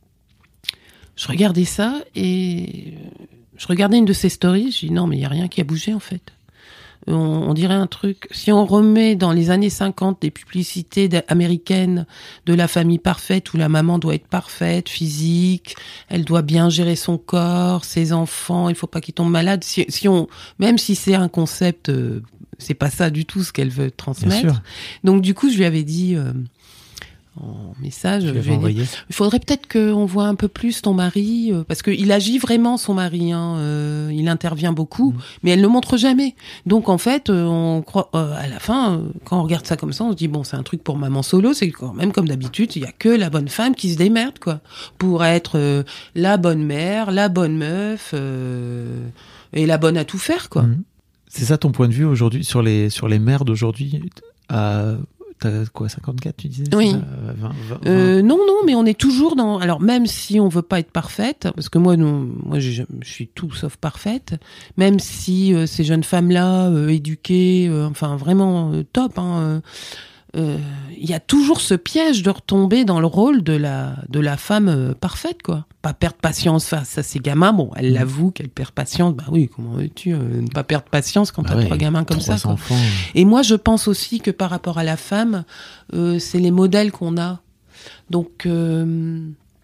je regardais ça et je regardais une de ses stories, je dis non mais il y a rien qui a bougé en fait. On, on dirait un truc, si on remet dans les années cinquante des publicités américaines de la famille parfaite où la maman doit être parfaite, physique, elle doit bien gérer son corps, ses enfants, il faut pas qu'ils tombent malades. Si, si on, même si c'est un concept, euh, c'est pas ça du tout ce qu'elle veut transmettre. Donc du coup je lui avais dit euh, en message, je vais dire, il faudrait peut-être qu'on voit un peu plus ton mari, euh, parce qu'il agit vraiment son mari, hein, euh, il intervient beaucoup, mmh. mais elle ne le montre jamais. Donc en fait, euh, on croit, euh, à la fin, euh, quand on regarde ça comme ça, on se dit bon, c'est un truc pour maman solo, c'est quand même comme d'habitude, il y a que la bonne femme qui se démerde quoi, pour être euh, la bonne mère, la bonne meuf euh, et la bonne à tout faire quoi. Mmh. C'est ça ton point de vue aujourd'hui sur les sur les mères d'aujourd'hui à T'as quoi, cinquante-quatre, tu disais? Oui. Ça, vingt, vingt, vingt euh, non, non, mais on est toujours dans... Alors, même si on veut pas être parfaite, parce que moi, non, moi je, je suis tout sauf parfaite, même si euh, ces jeunes femmes-là, euh, éduquées, euh, enfin, vraiment euh, top, hein, il euh, y a toujours ce piège de retomber dans le rôle de la, de la femme euh, parfaite, quoi. Pas perdre patience face à ses gamins. Bon, elle mmh. l'avoue qu'elle perd patience. Bah oui, comment veux-tu euh, ne pas perdre patience quand bah t'as ouais, trois gamins comme trois ça, quoi. Enfants. Et moi, je pense aussi que par rapport à la femme, euh, c'est les modèles qu'on a. Donc, euh,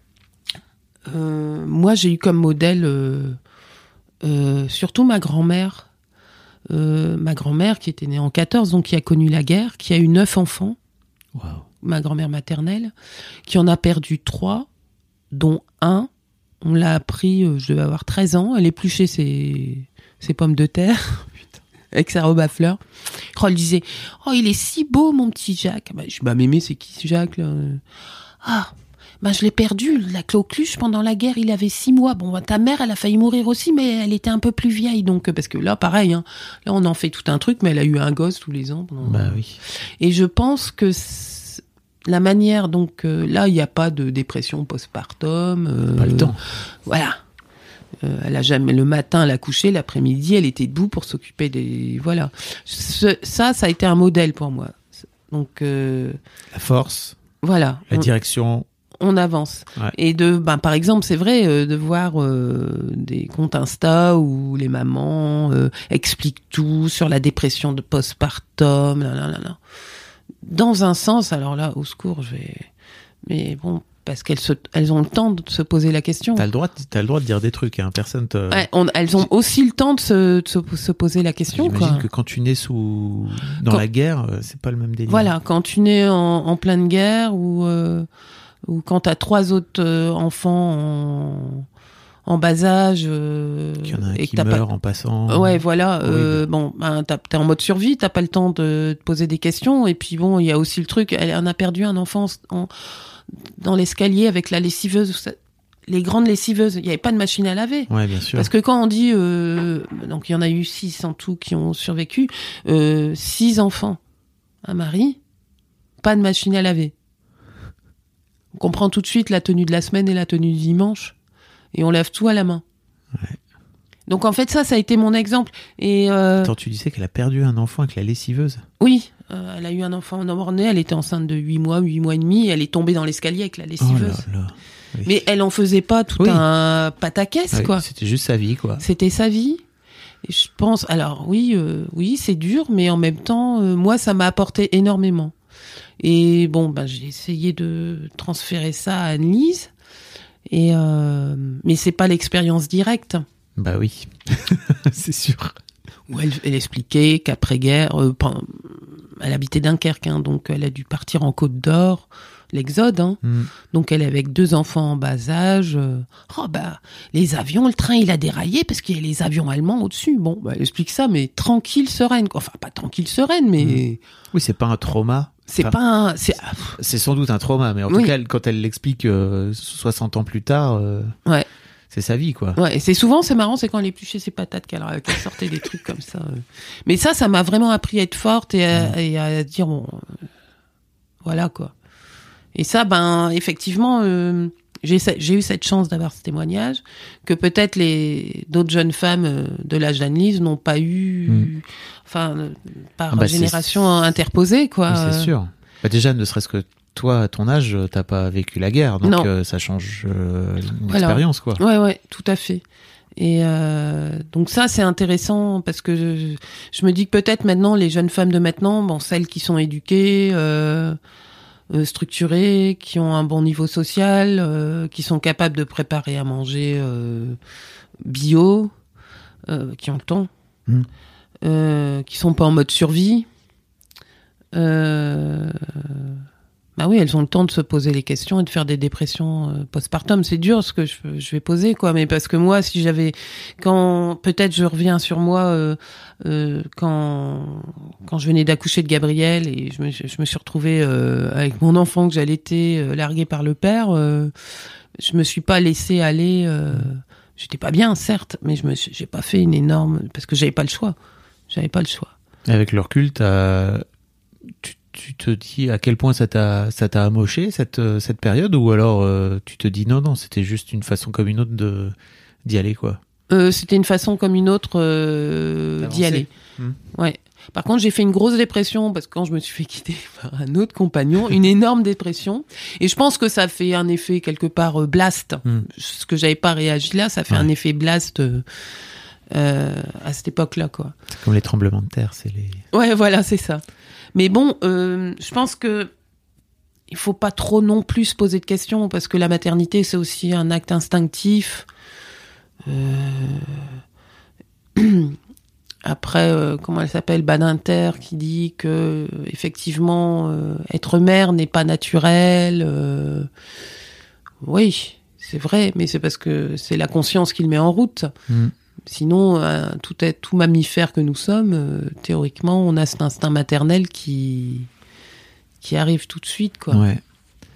euh, moi, j'ai eu comme modèle euh, euh, surtout ma grand-mère. Euh, ma grand-mère qui était née en quatorze, donc qui a connu la guerre, qui a eu neuf enfants. Wow. Ma grand-mère maternelle, qui en a perdu trois, dont un, on l'a appris, euh, je devais avoir treize ans, elle épluchait ses, ses pommes de terre, avec sa robe à fleurs. Oh, elle disait, oh, il est si beau, mon petit Jacques. Bah, je dis, bah, mémé, c'est qui ce Jacques, là? Ah, Ben, je l'ai perdu, la Clocuche, pendant la guerre, il avait six mois. Bon, ben, ta mère, elle a failli mourir aussi, mais elle était un peu plus vieille. Donc, parce que là, pareil, hein, là, on en fait tout un truc, mais elle a eu un gosse tous les ans. Pendant... Bah oui. Et je pense que la manière, donc, euh, là, il n'y a pas de dépression postpartum. Euh, pas le temps. Voilà. Euh, elle a jamais, le matin, elle a couché, l'après-midi, elle était debout pour s'occuper des, voilà. Ce, ça, ça a été un modèle pour moi. Donc, euh, la force. Voilà. La on, direction. On avance. Ouais. Et de, ben, par exemple, c'est vrai, euh, de voir euh, des comptes Insta où les mamans euh, expliquent tout sur la dépression de postpartum, là, là, là, là. Dans un sens, alors là, au secours, je vais... Mais bon, parce qu'elles se, elles ont le temps de se poser la question. T'as le droit, de, t'as le droit de dire des trucs, hein. Personne te... Ouais, on, elles ont aussi le temps de se, de se, se poser la question. J'imagine quoi. que quand tu nais sous dans quand... la guerre, c'est pas le même délire. Voilà, quand tu nais en, en pleine guerre ou euh, ou quand t'as trois autres euh, enfants en, en bas âge, euh, qu'il y en a un et qui que t'as meurt pas... en passant. Ouais, voilà. Euh, oui. Bon, ben, t'as, t'es en mode survie, t'as pas le temps de te poser des questions. Et puis bon, il y a aussi le truc. Elle en a perdu un enfant en, dans l'escalier avec la lessiveuse. Les grandes lessiveuses, il n'y avait pas de machine à laver. Ouais, bien sûr. Parce que quand on dit, euh, donc il y en a eu six en tout qui ont survécu, euh, six enfants, un mari, pas de machine à laver. On comprend tout de suite la tenue de la semaine et la tenue du dimanche, et on lave tout à la main. Ouais. Donc en fait ça, ça a été mon exemple. Et euh, Attends, tu disais qu'elle a perdu un enfant avec la lessiveuse ? Oui, euh, elle a eu un enfant mort-né, elle était enceinte de huit mois, huit mois et demi, et elle est tombée dans l'escalier avec la lessiveuse. Oh là là. Oui. Mais elle en faisait pas tout oui. un pataquès, oui, quoi. C'était juste sa vie, quoi. C'était sa vie. Et je pense, alors oui, euh, oui, c'est dur, mais en même temps, euh, moi, ça m'a apporté énormément. Et bon, ben, j'ai essayé de transférer ça à Anne-Lise. Et euh, mais c'est pas l'expérience directe. Bah oui, c'est sûr. Où elle, elle expliquait qu'après-guerre, euh, elle habitait Dunkerque, hein, donc elle a dû partir en Côte d'Or. L'exode, hein. Mm. Donc elle est avec deux enfants en bas âge. Euh, oh bah les avions, le train il a déraillé parce qu'il y a les avions allemands au-dessus. Bon, bah, elle explique ça, mais tranquille, sereine. Quoi. Enfin pas tranquille, sereine, mais mm. oui, c'est pas un trauma. C'est enfin, pas un. C'est... c'est sans doute un trauma, mais en oui. tout cas, quand elle l'explique euh, soixante ans plus tard, euh, ouais. c'est sa vie, quoi. Ouais, et c'est souvent, c'est marrant, c'est quand elle épluchait ses patates qu'elle, qu'elle sortait des trucs comme ça. Euh. Mais ça, ça m'a vraiment appris à être forte et à, mm. et à dire bon, euh, voilà quoi. Et ça, ben, effectivement, euh, j'ai, j'ai eu cette chance d'avoir ce témoignage que peut-être les d'autres jeunes femmes euh, de l'âge d'Anne-Lise n'ont pas eu, mmh. enfin, euh, par ah bah génération c'est... interposée, quoi. Oui, c'est sûr. Bah déjà, ne serait-ce que toi, à ton âge, t'as pas vécu la guerre, donc euh, ça change euh, l'expérience, quoi. Ouais, ouais, tout à fait. Et euh, donc ça, c'est intéressant parce que je, je me dis que peut-être maintenant, les jeunes femmes de maintenant, bon, celles qui sont éduquées. Euh, Euh, structurés, qui ont un bon niveau social, euh, qui sont capables de préparer à manger euh, bio, euh, qui ont le temps, mmh. euh, qui sont pas en mode survie. Euh, bah oui, elles ont le temps de se poser les questions et de faire des dépressions euh, postpartum. C'est dur ce que je, je vais poser, quoi. Mais parce que moi, si j'avais, quand peut-être je reviens sur moi, euh, euh, quand quand je venais d'accoucher de Gabriel et je me, je me suis retrouvée euh, avec mon enfant que j'allaitais, euh, largué par le père, euh, je me suis pas laissée aller. Euh, j'étais pas bien, certes, mais je me, j'ai pas fait une énorme parce que j'avais pas le choix. J'avais pas le choix. Avec le recul, t'as, tu Tu te dis à quel point ça t'a ça t'a amoché cette cette période, ou alors euh, tu te dis non non c'était juste une façon comme une autre de d'y aller, quoi. Euh, c'était une façon comme une autre euh, d'y aller. Mmh. Ouais. Par contre, j'ai fait une grosse dépression parce que quand je me suis fait quitter par un autre compagnon, une énorme dépression. Et je pense que ça fait un effet quelque part euh, blast. Mmh. Ce que j'avais pas réagi là, ça fait ouais. un effet blast. Euh, euh, à cette époque-là, quoi. C'est comme les tremblements de terre, c'est les. Ouais, voilà, c'est ça. Mais bon, euh, je pense que il faut pas trop non plus se poser de questions parce que la maternité c'est aussi un acte instinctif. Euh... Après, euh, comment elle s'appelle, Badinter, qui dit que effectivement euh, être mère n'est pas naturel. Euh... Oui, c'est vrai, mais c'est parce que c'est la conscience qui le met en route. Mmh. Sinon, euh, tout, est, tout mammifère que nous sommes, euh, théoriquement, on a cet instinct maternel qui, qui arrive tout de suite, quoi. Ouais.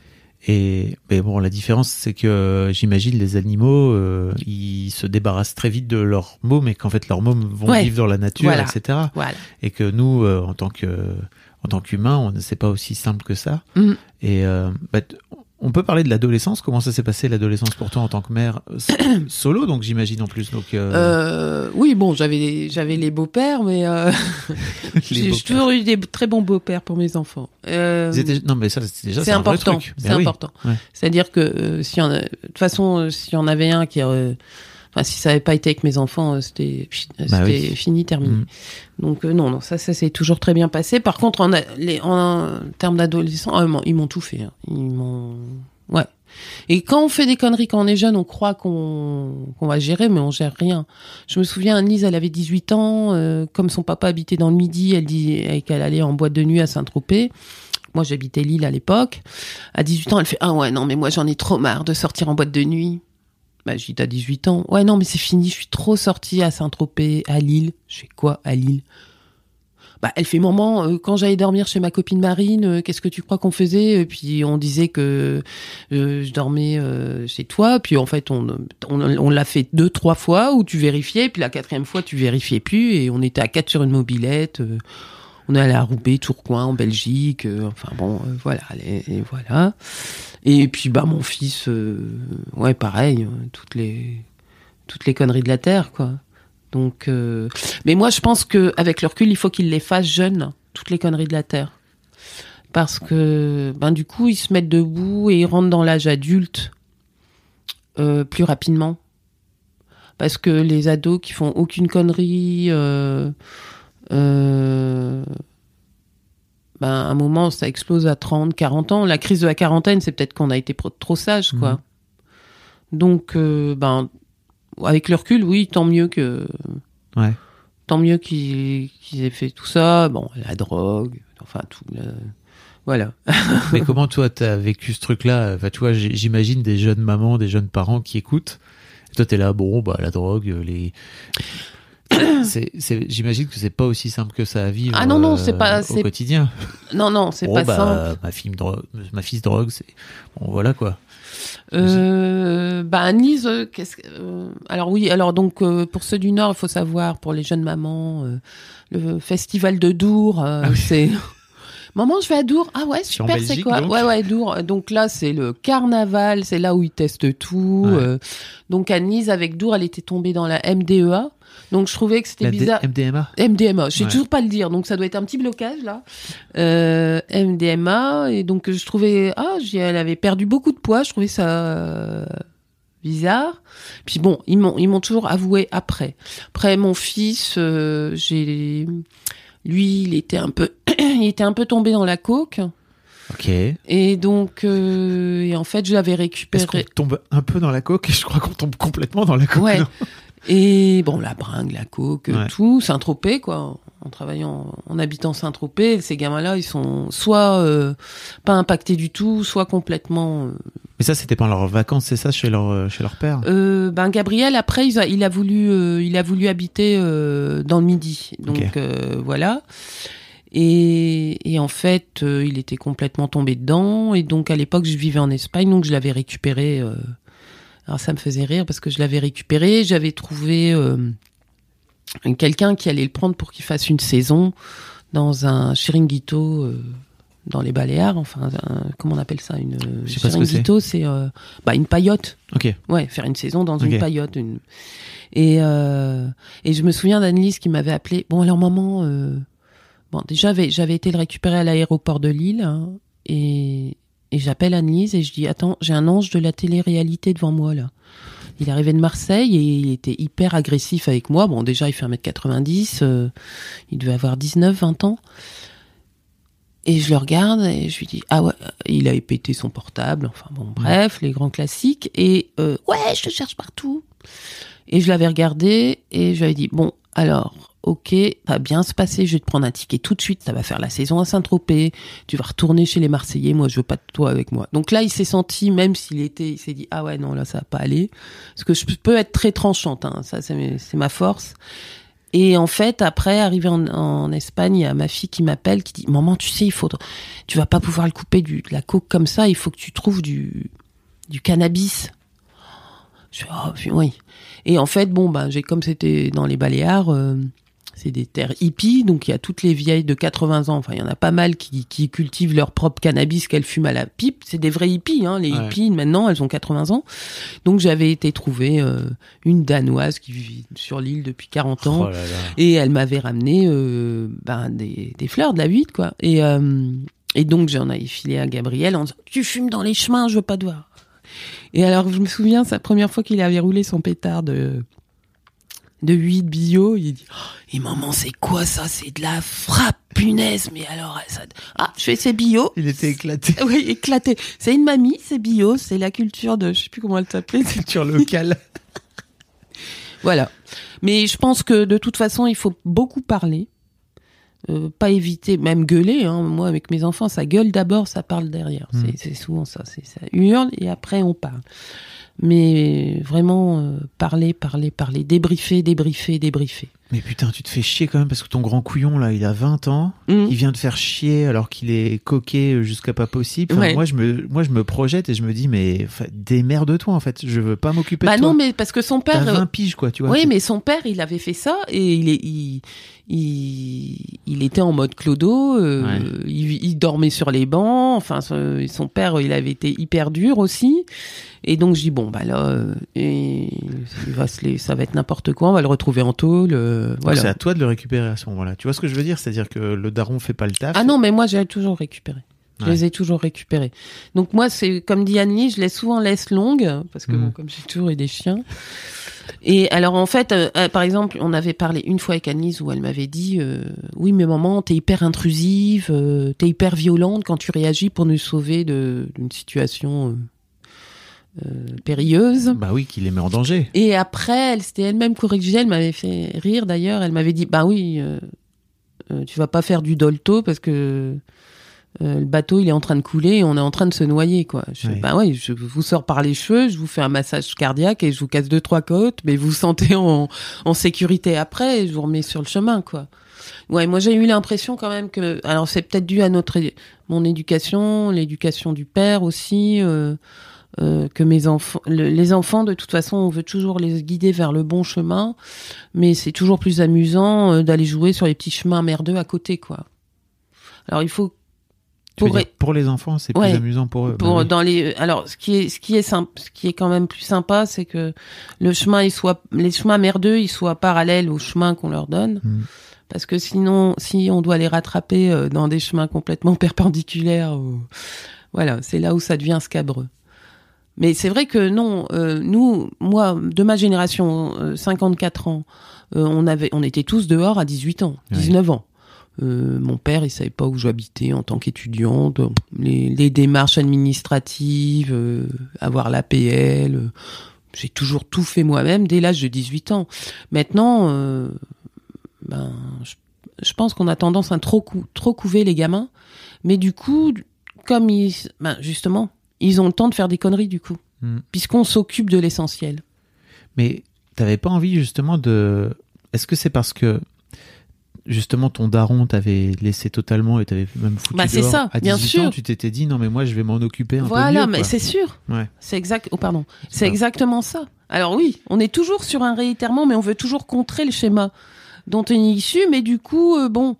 Et mais bon, la différence, c'est que euh, j'imagine les animaux, euh, ils se débarrassent très vite de leurs mômes, et qu'en fait leurs mômes vont ouais. vivre dans la nature, voilà. et cetera. Voilà. Et que nous, euh, en tant que en tant qu'humains, on c'est pas aussi simple que ça. Mm. Et euh, bah, on peut parler de l'adolescence. Comment ça s'est passé l'adolescence pour toi en tant que mère solo, donc j'imagine en plus. Donc euh... Euh, oui, bon, j'avais j'avais les beaux-pères, mais euh, j'ai beaux-pères. toujours eu des très bons beaux-pères pour mes enfants. Euh, étaient... Non, mais ça c'est déjà c'est, c'est un important. Vrai truc. C'est ben important. Oui. Ouais. C'est-à-dire que euh, si on a... de toute façon, euh, si on avait un qui euh... Enfin, si ça n'avait pas été avec mes enfants, c'était, c'était bah oui. fini, terminé. Mmh. Donc euh, non, non, ça, ça s'est toujours très bien passé. Par contre, en, a, les, en termes d'adolescents, oh, ils, m'ont, ils m'ont tout fait. Hein. Ils m'ont, ouais. Et quand on fait des conneries, quand on est jeune, on croit qu'on, qu'on va gérer, mais on gère rien. Je me souviens, Annelise, elle avait dix-huit ans, euh, comme son papa habitait dans le Midi, elle dit qu'elle allait en boîte de nuit à Saint-Tropez. Moi, j'habitais Lille à l'époque. À dix-huit ans, elle fait ah ouais, non, mais moi j'en ai trop marre de sortir en boîte de nuit. Bah, j'ai dit, t'as dix-huit ans. Ouais, non, mais c'est fini, je suis trop sortie à Saint-Tropez, à Lille. Je fais quoi, à Lille? Bah, elle fait, maman, euh, quand j'allais dormir chez ma copine Marine, euh, qu'est-ce que tu crois qu'on faisait? Et puis, on disait que euh, je dormais euh, chez toi. Puis, en fait, on, on, on l'a fait deux, trois fois où tu vérifiais. Puis, la quatrième fois, tu vérifiais plus. Et on était à quatre sur une mobilette. Euh, on est allé à Roubaix, Tourcoing, en Belgique. Euh, enfin, bon, euh, voilà. Et, et voilà. Et puis bah mon fils, euh, ouais pareil, euh, toutes les toutes les conneries de la terre quoi. Donc, euh, mais moi je pense que avec le recul, il faut qu'il les fasse jeunes, toutes les conneries de la terre, parce que ben du coup ils se mettent debout et ils rentrent dans l'âge adulte euh, plus rapidement, parce que les ados qui font aucune connerie. Euh, euh, Ben, à un moment, ça explose à trente, quarante ans. La crise de la quarantaine, c'est peut-être qu'on a été pro- trop sage, quoi. Mmh. Donc, euh, ben, avec le recul, oui, tant mieux que, ouais. tant mieux qu'ils, qu'ils aient fait tout ça. Bon, la drogue, enfin, tout, le... voilà. Mais comment toi, t'as vécu ce truc-là? Enfin, tu vois, j'imagine des jeunes mamans, des jeunes parents qui écoutent. Et toi, t'es là, bon, bah, la drogue, les... C'est, c'est, j'imagine que c'est pas aussi simple que ça à vivre. Ah non non, c'est pas euh, c'est... au quotidien. Non non, c'est bon, pas bah, simple. Ma fille drogue, ma fille se drogue, c'est bon voilà quoi. Euh, bah Annelise, euh, qu'est-ce que euh, alors oui, alors donc euh, pour ceux du Nord, il faut savoir pour les jeunes mamans, euh, le festival de Dour, euh, ah oui. c'est maman, je vais à Dour. Ah ouais, super, Belgique, c'est quoi? Donc ouais, ouais, Dour. Donc là, c'est le carnaval, c'est là où ils testent tout. Ouais. Euh, donc Annelise, avec Dour, elle était tombée dans la M D E A. Donc je trouvais que c'était la bizarre. D- M D M A M D M A, je sais ouais. toujours pas le dire, donc ça doit être un petit blocage là. Euh, M D M A, et donc je trouvais, ah, elle avait perdu beaucoup de poids, je trouvais ça euh, bizarre. Puis bon, ils m'ont, ils m'ont toujours avoué après. Après mon fils, euh, j'ai, lui, il était un peu, il était un peu tombé dans la coke. Ok. Et donc, euh, et en fait, je l'avais récupéré. Est-ce qu'on tombe un peu dans la coke? Je crois qu'on tombe complètement dans la coke. Ouais. Non et bon, la bringue, la coke, ouais. tout, Saint-Tropez, quoi. En travaillant, en habitant Saint-Tropez, ces gamins-là, ils sont soit euh, pas impactés du tout, soit complètement. Euh... Mais ça, c'était pendant leurs vacances, c'est ça, chez leur chez leur père. Euh, ben Gabriel, après, il a, il a voulu, euh, il a voulu habiter euh, dans le Midi, donc okay. euh, voilà. Et, et en fait, euh, il était complètement tombé dedans. Et donc, à l'époque, je vivais en Espagne, donc je l'avais récupéré. Euh... Alors, ça me faisait rire parce que je l'avais récupéré. J'avais trouvé euh, quelqu'un qui allait le prendre pour qu'il fasse une saison dans un chiringuito euh, dans les Baléares. Enfin, un, comment on appelle ça? Une je sais chiringuito, pas ce que c'est. c'est euh, bah, une paillote. Ok. Ouais, faire une saison dans okay. une paillote. Une... Et, euh, et je me souviens d'Annelise qui m'avait appelé. Bon, alors, maman... Euh... Bon, déjà, j'avais, j'avais été le récupérer à l'aéroport de Lille, hein, et, et j'appelle Annelise et je dis, attends, j'ai un ange de la télé-réalité devant moi, là. Il arrivait de Marseille et il était hyper agressif avec moi. Bon, déjà, il fait un mètre quatre-vingt-dix, euh, il devait avoir dix-neuf, vingt ans. Et je le regarde et je lui dis, ah ouais, il avait pété son portable, enfin bon, bref, les grands classiques. Et euh, ouais, je te cherche partout. Et je l'avais regardé et je lui avais dit, bon, alors... Ok, ça va bien se passer, je vais te prendre un ticket tout de suite, ça va faire la saison à Saint-Tropez, tu vas retourner chez les Marseillais, moi je veux pas de toi avec moi. Donc là, il s'est senti, même s'il était, il s'est dit, ah ouais, non, là ça va pas aller. Parce que je peux être très tranchante, hein, ça c'est, c'est ma force. Et en fait, après, arrivé en, en Espagne, il y a ma fille qui m'appelle, qui dit « Maman, tu sais, il faut, tu vas pas pouvoir le couper du, de la coke comme ça, il faut que tu trouves du, du cannabis. » Je fais « Oh, oui. » Et en fait, bon, ben, j'ai, comme c'était dans les Baléares, euh, c'est des terres hippies, donc il y a toutes les vieilles de quatre-vingts ans, enfin, il y en a pas mal qui, qui cultivent leur propre cannabis qu'elles fument à la pipe. C'est des vrais hippies, hein, les ouais. hippies, maintenant, elles ont quatre-vingts ans. Donc, j'avais été trouver euh, une Danoise qui vit sur l'île depuis quarante ans. Oh là là. Et elle m'avait ramené euh, ben, des, des fleurs, de la huître, quoi. Et, euh, et donc, j'en avais filé à Gabriel en disant « Tu fumes dans les chemins, je veux pas te voir. » Et alors, je me souviens, c'est la première fois qu'il avait roulé son pétard de... de huit bio, il dit oh, « Et maman, c'est quoi ça? C'est de la frappe, punaise. Mais alors, ça... Ah, je fais c'est bio. » Il était éclaté. Oui, éclaté. C'est une mamie, c'est bio, c'est la culture de... Je sais plus comment elle s'appelait. Culture locale. Voilà. Mais je pense que de toute façon, il faut beaucoup parler. Euh, pas éviter, même gueuler. Hein. Moi, avec mes enfants, ça gueule d'abord, ça parle derrière. Mmh. C'est, c'est souvent ça. C'est, ça hurle et après, on parle. Mais vraiment, euh, parler, parler, parler, débriefer, débriefer, débriefer. Mais putain, tu te fais chier quand même parce que ton grand couillon, là, il a vingt ans. Mmh. Il vient de faire chier alors qu'il est coqué jusqu'à pas possible. Enfin, ouais. moi, je me, moi, je me projette et je me dis, mais enfin, démerde-toi, en fait. Je veux pas m'occuper bah de toi. Bah non, mais parce que son père... T'as vingt piges, quoi, tu vois. Oui, mais son père, il avait fait ça et il est... Il... Il, il était en mode clodo, euh, ouais. il, il dormait sur les bancs, enfin son, son père il avait été hyper dur aussi, et donc je dis bon bah là euh, et, il va se les, ça va être n'importe quoi, on va le retrouver en tôle, euh, voilà. C'est à toi de le récupérer à ce moment-là, tu vois ce que je veux dire, c'est-à-dire que le daron fait pas le taf. Ah non mais moi j'ai toujours récupéré. Je ouais. les ai toujours récupérés. Donc moi, c'est comme dit Annie, je laisse souvent laisse longue, parce que mmh. bon, comme j'ai toujours eu des chiens. Et alors en fait, euh, euh, par exemple, on avait parlé une fois avec Annelise où elle m'avait dit euh, « Oui, mais maman, t'es hyper intrusive, euh, t'es hyper violente quand tu réagis pour nous sauver de, d'une situation euh, euh, périlleuse. » Bah oui, qui les met en danger. Et après, elle s'était elle-même corrigée, elle m'avait fait rire d'ailleurs, elle m'avait dit « Bah oui, euh, euh, tu vas pas faire du dolto parce que... » Euh, le bateau il est en train de couler et on est en train de se noyer quoi. Je fais, oui. Bah ouais, je vous sors par les cheveux, je vous fais un massage cardiaque et je vous casse deux trois côtes, mais vous vous sentez en, en sécurité après et je vous remets sur le chemin quoi. Ouais, moi j'ai eu l'impression quand même que, alors c'est peut-être dû à notre mon éducation, l'éducation du père aussi, euh, euh, que mes enfants, le, les enfants de toute façon on veut toujours les guider vers le bon chemin, mais c'est toujours plus amusant euh, d'aller jouer sur les petits chemins merdeux à côté quoi. Alors il faut Pour, dire, pour les enfants, c'est ouais, plus amusant pour eux. Pour bah oui. dans les, alors ce qui est, ce qui est simple, ce qui est quand même plus sympa, c'est que le chemin, il soit, les chemins merdeux, ils soient parallèles au chemin qu'on leur donne, mmh. parce que sinon, si on doit les rattraper dans des chemins complètement perpendiculaires, ou, voilà, c'est là où ça devient scabreux. Mais c'est vrai que non, euh, nous, moi, de ma génération, euh, cinquante-quatre ans, euh, on avait, on était tous dehors à dix-huit ans, dix-neuf ouais. ans. Euh, mon père, il savait pas où j'habitais en tant qu'étudiante. Les, les démarches administratives, euh, avoir l'A P L, euh, j'ai toujours tout fait moi-même dès l'âge de dix-huit ans. Maintenant, euh, ben, je, je pense qu'on a tendance à trop, cou- trop couver les gamins. Mais du coup, comme ils, ben, justement, ils ont le temps de faire des conneries du coup, mmh. puisqu'on s'occupe de l'essentiel. Mais t'avais pas envie justement de... Est-ce que c'est parce que justement ton daron t'avait laissé totalement et t'avais même foutu bah, dehors c'est ça, à bien dix-huit sûr. ans, tu t'étais dit non mais moi je vais m'en occuper un voilà, peu mieux. Voilà, mais quoi. c'est sûr. Ouais. C'est exact. Oh pardon. C'est, c'est exactement ça. Alors oui, on est toujours sur un réitèrement, mais on veut toujours contrer le schéma dont on est issu. Mais du coup, euh, bon,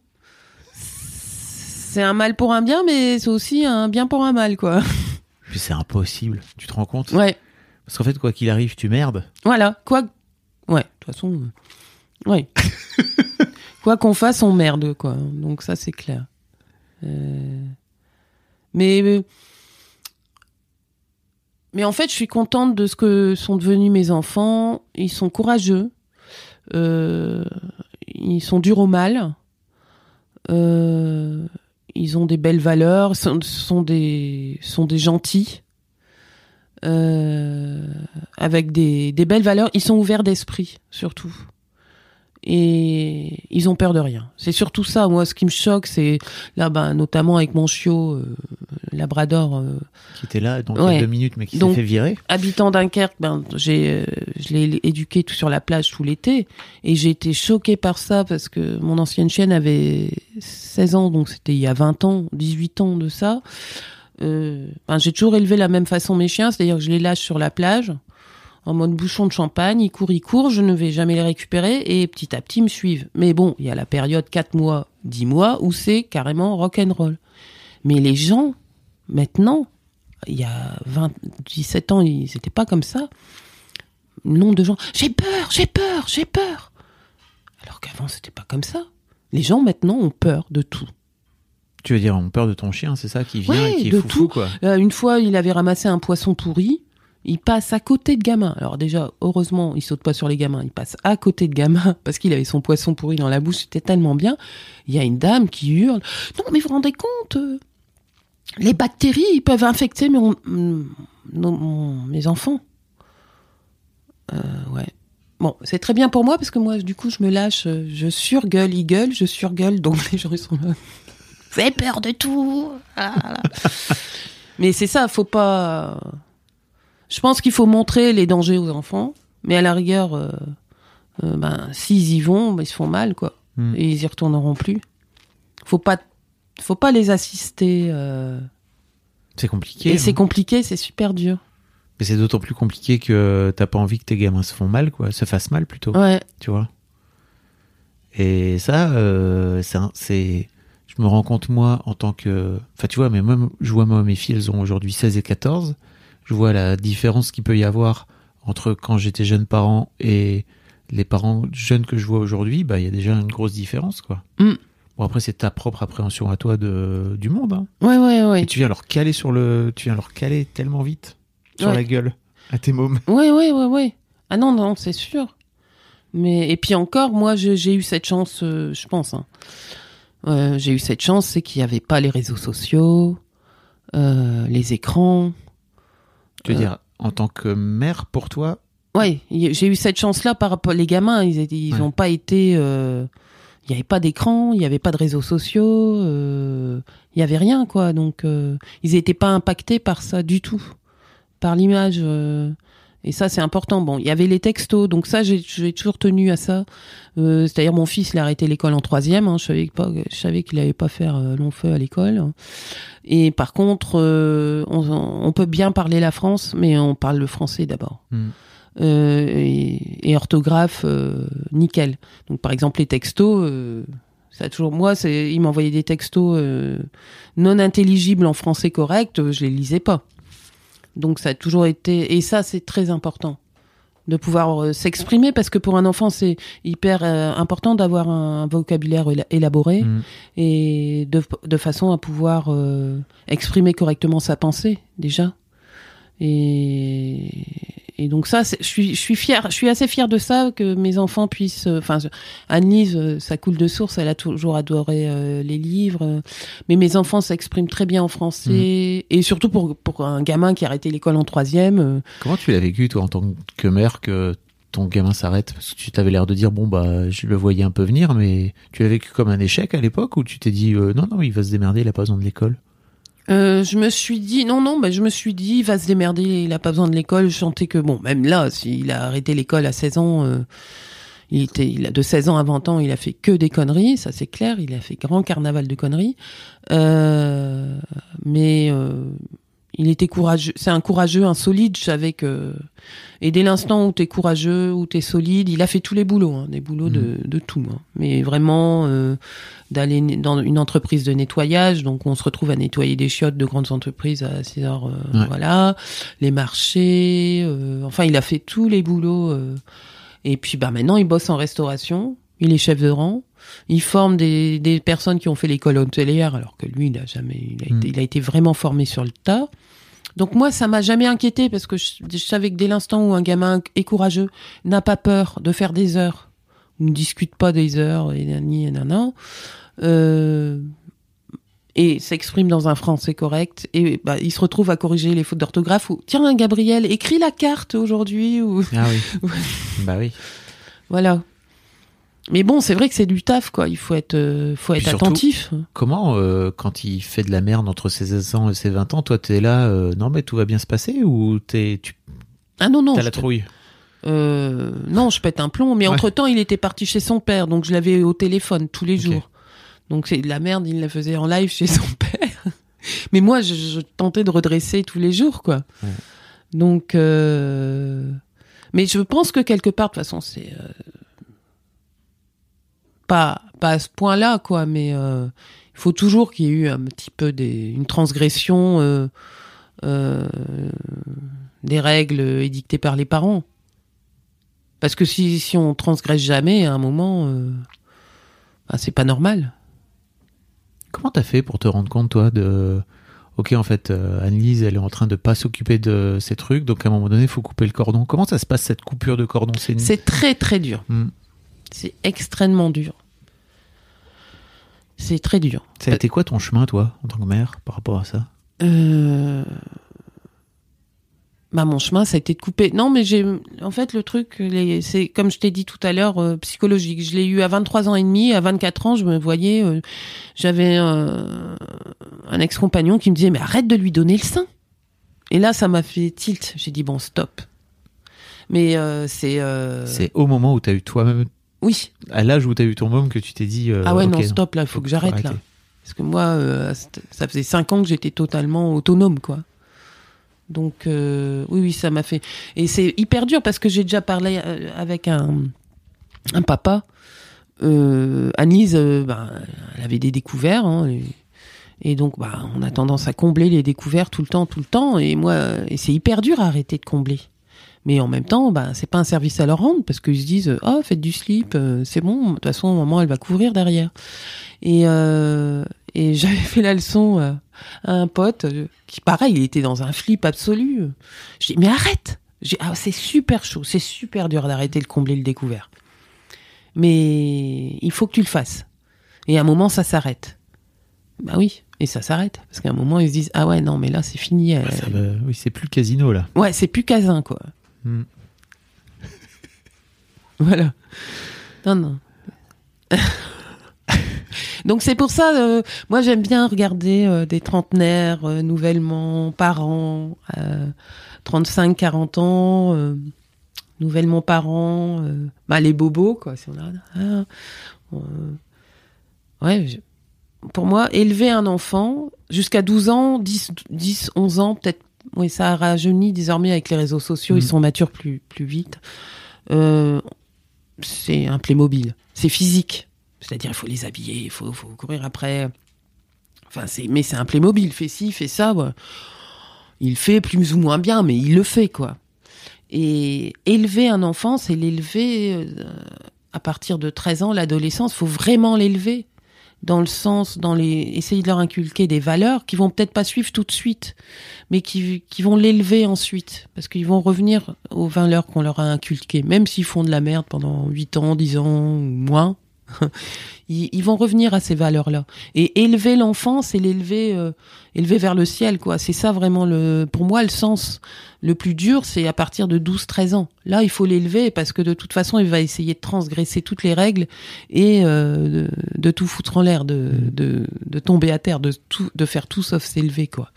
c'est un mal pour un bien, mais c'est aussi un bien pour un mal, quoi. Puis c'est impossible. Tu te rends compte ? Ouais. Parce qu'en fait, quoi qu'il arrive, tu merdes. Voilà. Quoi. Ouais. De toute façon. Euh... Ouais. Quoi qu'on fasse, on merde, quoi. Donc ça, c'est clair. Euh... Mais, euh... mais en fait, je suis contente de ce que sont devenus mes enfants. Ils sont courageux. Euh... Ils sont durs au mal. Euh... Ils ont des belles valeurs. Sont, sont des, sont des gentils. Euh... Avec des, des belles valeurs. Ils sont ouverts d'esprit, surtout. et ils ont peur de rien. C'est surtout ça. Moi, ce qui me choque, c'est là, ben, notamment avec mon chiot euh, Labrador, euh, qui était là dans ouais. deux minutes, mais qui donc, s'est fait virer. Habitant Dunkerque, ben, j'ai, euh, je l'ai éduqué tout sur la plage tout l'été, et j'ai été choquée par ça parce que mon ancienne chienne avait seize ans, donc c'était il y a vingt ans, dix-huit ans de ça. Euh, ben, j'ai toujours élevé de la même façon mes chiens, c'est-à-dire que je les lâche sur la plage. En mode bouchon de champagne, ils courent, ils courent, je ne vais jamais les récupérer et petit à petit ils me suivent. Mais bon, il y a la période quatre mois, dix mois où c'est carrément rock'n'roll. Mais les gens, maintenant, il y a vingt, dix-sept ans, ils n'étaient pas comme ça. Le nombre de gens, j'ai peur, j'ai peur, j'ai peur. Alors qu'avant, c'était pas comme ça. Les gens maintenant ont peur de tout. Tu veux dire, ont peur de ton chien, c'est ça, qui vient ouais, et qui est de foufou, tout. quoi. Euh, une fois, il avait ramassé un poisson pourri. Il passe à côté de gamins. Alors déjà, heureusement, il saute pas sur les gamins. Il passe à côté de gamins parce qu'il avait son poisson pourri dans la bouche. C'était tellement bien. Il y a une dame qui hurle. Non, mais vous vous rendez compte, euh, les bactéries, ils peuvent infecter mes, mon, mon, mes enfants. Euh, ouais. Bon, c'est très bien pour moi parce que moi, du coup, je me lâche. Je surgueule, il gueule, je surgueule. Donc les gens, ils sont là. Vous avez peur de tout. Ah, là. Mais c'est ça, faut pas... Je pense qu'il faut montrer les dangers aux enfants, mais à la rigueur, euh, euh, ben, s'ils y vont, ben, ils se font mal, quoi. Mm. Et ils y retourneront plus. Faut pas, faut pas les assister. Euh... C'est compliqué. Et hein. c'est compliqué, c'est super dur. Mais c'est d'autant plus compliqué que t'as pas envie que tes gamins se font mal, quoi, se fassent mal plutôt. Ouais. Tu vois. Et ça, euh, c'est, un, c'est, je me rends compte moi en tant que, enfin tu vois, mais même je vois moi mes filles, elles ont aujourd'hui seize et quatorze. Je vois la différence qu'il peut y avoir entre quand j'étais jeune parent et les parents jeunes que je vois aujourd'hui. Bah, il y a déjà une grosse différence, quoi. Mm. Bon, après, c'est ta propre appréhension à toi de, du monde, hein. Ouais, ouais, ouais. Et tu viens leur caler sur le, tu viens leur caler tellement vite sur ouais. la gueule à tes mômes. Ouais, ouais, ouais, ouais. Ah non, non, c'est sûr. Mais, et puis encore, moi, je, j'ai eu cette chance, euh, je pense, hein. Euh, j'ai eu cette chance, c'est qu'il n'y avait pas les réseaux sociaux, euh, les écrans. Tu veux euh, dire, en tant que mère, pour toi? Ouais, j'ai eu cette chance-là par rapport les gamins. Ils n'ont ils ouais. pas été... Il euh, n'y avait pas d'écran, il n'y avait pas de réseaux sociaux, il euh, n'y avait rien, quoi. Donc, euh, ils n'étaient pas impactés par ça du tout, par l'image. Euh, et ça, c'est important. Bon, il y avait les textos, donc ça, j'ai, j'ai toujours tenu à ça. Euh, c'est-à-dire, mon fils, il a arrêté l'école en troisième. Hein, je savais pas, je savais qu'il n'allait pas faire euh, long feu à l'école. Et par contre, euh, on, on peut bien parler la France, mais on parle le français d'abord. Mmh. Euh, et, et orthographe, euh, nickel. Donc, par exemple, les textos, euh, ça a toujours, moi, c'est, il m'envoyait des textos euh, non intelligibles en français correct, je les lisais pas. Donc, ça a toujours été, et ça, c'est très important de pouvoir euh, s'exprimer, parce que pour un enfant, c'est hyper euh, important d'avoir un vocabulaire éla- élaboré mmh. et de, de façon à pouvoir euh, exprimer correctement sa pensée, déjà. Et, et donc ça, c'est, je suis, je suis fière, je suis assez fière de ça, que mes enfants puissent. Enfin, euh, Anne-Lise, euh, ça coule de source, elle a toujours adoré euh, les livres, euh, mais mes enfants s'expriment très bien en français, mmh. et surtout pour pour un gamin qui a arrêté l'école en troisième. Euh, Comment tu l'as vécu, toi, en tant que mère, que ton gamin s'arrête? Parce que tu t'avais l'air de dire, bon, bah, je le voyais un peu venir, mais tu l'as vécu comme un échec à l'époque, ou tu t'es dit, euh, non, non, il va se démerder, il a pas besoin de l'école? Euh, je me suis dit, non, non, bah, je me suis dit, il va se démerder, il a pas besoin de l'école. Je sentais que, bon, même là, s'il a arrêté l'école à seize ans, euh, il était, il a de seize ans à vingt ans, il a fait que des conneries, ça c'est clair, il a fait grand carnaval de conneries. Euh, mais, euh, il était courageux, c'est un courageux, un solide, je savais que, et dès l'instant où t'es courageux, où t'es solide, il a fait tous les boulots, hein, des boulots mmh. de, de tout, hein. Mais vraiment, euh, d'aller dans une entreprise de nettoyage, donc on se retrouve à nettoyer des chiottes de grandes entreprises à six heures, euh, ouais. voilà, les marchés, euh, enfin il a fait tous les boulots, euh, et puis bah maintenant il bosse en restauration, il est chef de rang, il forme des, des personnes qui ont fait l'école hôtelière, alors que lui il a jamais, il a, mmh. été, il a été vraiment formé sur le tas. Donc moi, ça m'a jamais inquiété, parce que je, je savais que dès l'instant où un gamin est courageux, n'a pas peur de faire des heures, ne discute pas des heures, et nani, et nana, euh, et s'exprime dans un français correct, et bah, il se retrouve à corriger les fautes d'orthographe, ou tiens, Gabriel, écris la carte aujourd'hui, ou... Ah oui. Bah oui. Voilà. Mais bon, c'est vrai que c'est du taf, quoi. Il faut être, euh, faut être surtout, attentif. Comment, euh, quand il fait de la merde entre ses seize ans et ses vingt ans, toi, t'es là, euh, non, mais tout va bien se passer, ou t'es, tu, ah non, non. T'as la trouille? Euh, non, je pète un plomb, mais ouais. Entre-temps, il était parti chez son père, donc je l'avais au téléphone tous les okay. jours. Donc c'est de la merde, il la faisait en live chez son père. Mais moi, je, je tentais de redresser tous les jours, quoi. Ouais. Donc, euh... mais je pense que quelque part, de toute façon, c'est... Euh... Pas, pas à ce point-là, quoi, mais euh, il faut toujours qu'il y ait eu un petit peu des, une transgression euh, euh, des règles édictées par les parents. Parce que si, si on transgresse jamais, à un moment, euh, bah, c'est pas normal. Comment t'as fait pour te rendre compte, toi, de... Ok, en fait, euh, Anne-Lise, elle est en train de pas s'occuper de ces trucs, donc à un moment donné, il faut couper le cordon. Comment ça se passe, cette coupure de cordon? C'est, c'est très, très dur. Mm. C'est extrêmement dur. C'est très dur. Ça a été quoi ton chemin, toi, en tant que mère, par rapport à ça? euh... Bah, mon chemin, ça a été de couper. Non, mais j'ai, en fait, le truc, les... c'est, comme je t'ai dit tout à l'heure, euh, psychologique. Je l'ai eu à vingt-trois ans et demi. À vingt-quatre ans, je me voyais, euh, j'avais euh, un ex-compagnon qui me disait, mais arrête de lui donner le sein. Et là, ça m'a fait tilt. J'ai dit, bon, stop. Mais euh, c'est... Euh... C'est au moment où t'as eu toi-même... Oui. À l'âge où t'as eu ton môme que tu t'es dit... Euh, ah ouais, okay, non, stop, là, il faut, faut que j'arrête, là. Parce que moi, euh, ça faisait cinq ans que j'étais totalement autonome, quoi. Donc, euh, oui, oui, ça m'a fait... Et c'est hyper dur, parce que j'ai déjà parlé avec un, un papa. Euh, Anise, euh, bah, elle avait des découvertes, hein, et, et donc, bah, on a tendance à combler les découvertes tout le temps, tout le temps. Et moi, et c'est hyper dur à arrêter de combler. Mais en même temps, bah, c'est pas un service à leur rendre, parce qu'ils se disent, oh, faites du slip, euh, c'est bon, de toute façon, maman, elle va couvrir derrière. Et, euh, et j'avais fait la leçon euh, à un pote, euh, qui, pareil, il était dans un flip absolu. Je dis, mais arrête! J'ai, ah, c'est super chaud, c'est super dur d'arrêter de combler le découvert. Mais il faut que tu le fasses. Et à un moment, ça s'arrête. Bah oui, et ça s'arrête. Parce qu'à un moment, ils se disent, ah ouais, non, mais là, c'est fini. Elle... Ça va... Oui, c'est plus le casino, là. Ouais, c'est plus casin, quoi. Hmm. Voilà. Non, non. Donc c'est pour ça, euh, moi j'aime bien regarder euh, des trentenaires euh, nouvellement parents, euh, trente-cinq quarante ans, euh, nouvellement parents, euh, bah les bobos quoi. Si on a, ah, euh, ouais. Je, pour moi, élever un enfant jusqu'à douze ans, dix, dix, onze ans, peut-être. Oui, ça a rajeuni désormais avec les réseaux sociaux. Mmh. Ils sont matures plus plus vite. Euh, c'est un Playmobil. C'est physique. C'est-à-dire, il faut les habiller, il faut, faut courir après. Enfin, c'est, mais c'est un Playmobil. Fait ci, fait ça. Ouais. Il fait plus ou moins bien, mais il le fait, quoi. Et élever un enfant, c'est l'élever euh, à partir de treize ans, l'adolescence. Il faut vraiment l'élever. Dans le sens, dans les, essayer de leur inculquer des valeurs qui vont peut-être pas suivre tout de suite, mais qui, qui vont l'élever ensuite. Parce qu'ils vont revenir aux valeurs qu'on leur a inculquées. Même s'ils font de la merde pendant huit ans, dix ans ou moins. Ils, ils vont revenir à ces valeurs-là. Et élever l'enfant, c'est l'élever, euh, élever vers le ciel, quoi. C'est ça vraiment le, pour moi, le sens le plus dur, c'est à partir de douze treize ans. Là, il faut l'élever parce que de toute façon, il va essayer de transgresser toutes les règles et euh, de, de tout foutre en l'air, de, de, de tomber à terre, de tout, de faire tout sauf s'élever, quoi.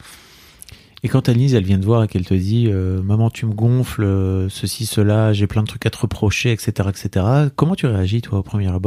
Et quand Anne-Lise, elle vient te voir et qu'elle te dit euh, « Maman, tu me gonfles, euh, ceci, cela, j'ai plein de trucs à te reprocher, et cetera, et cetera » Comment tu réagis, toi, au premier abord ?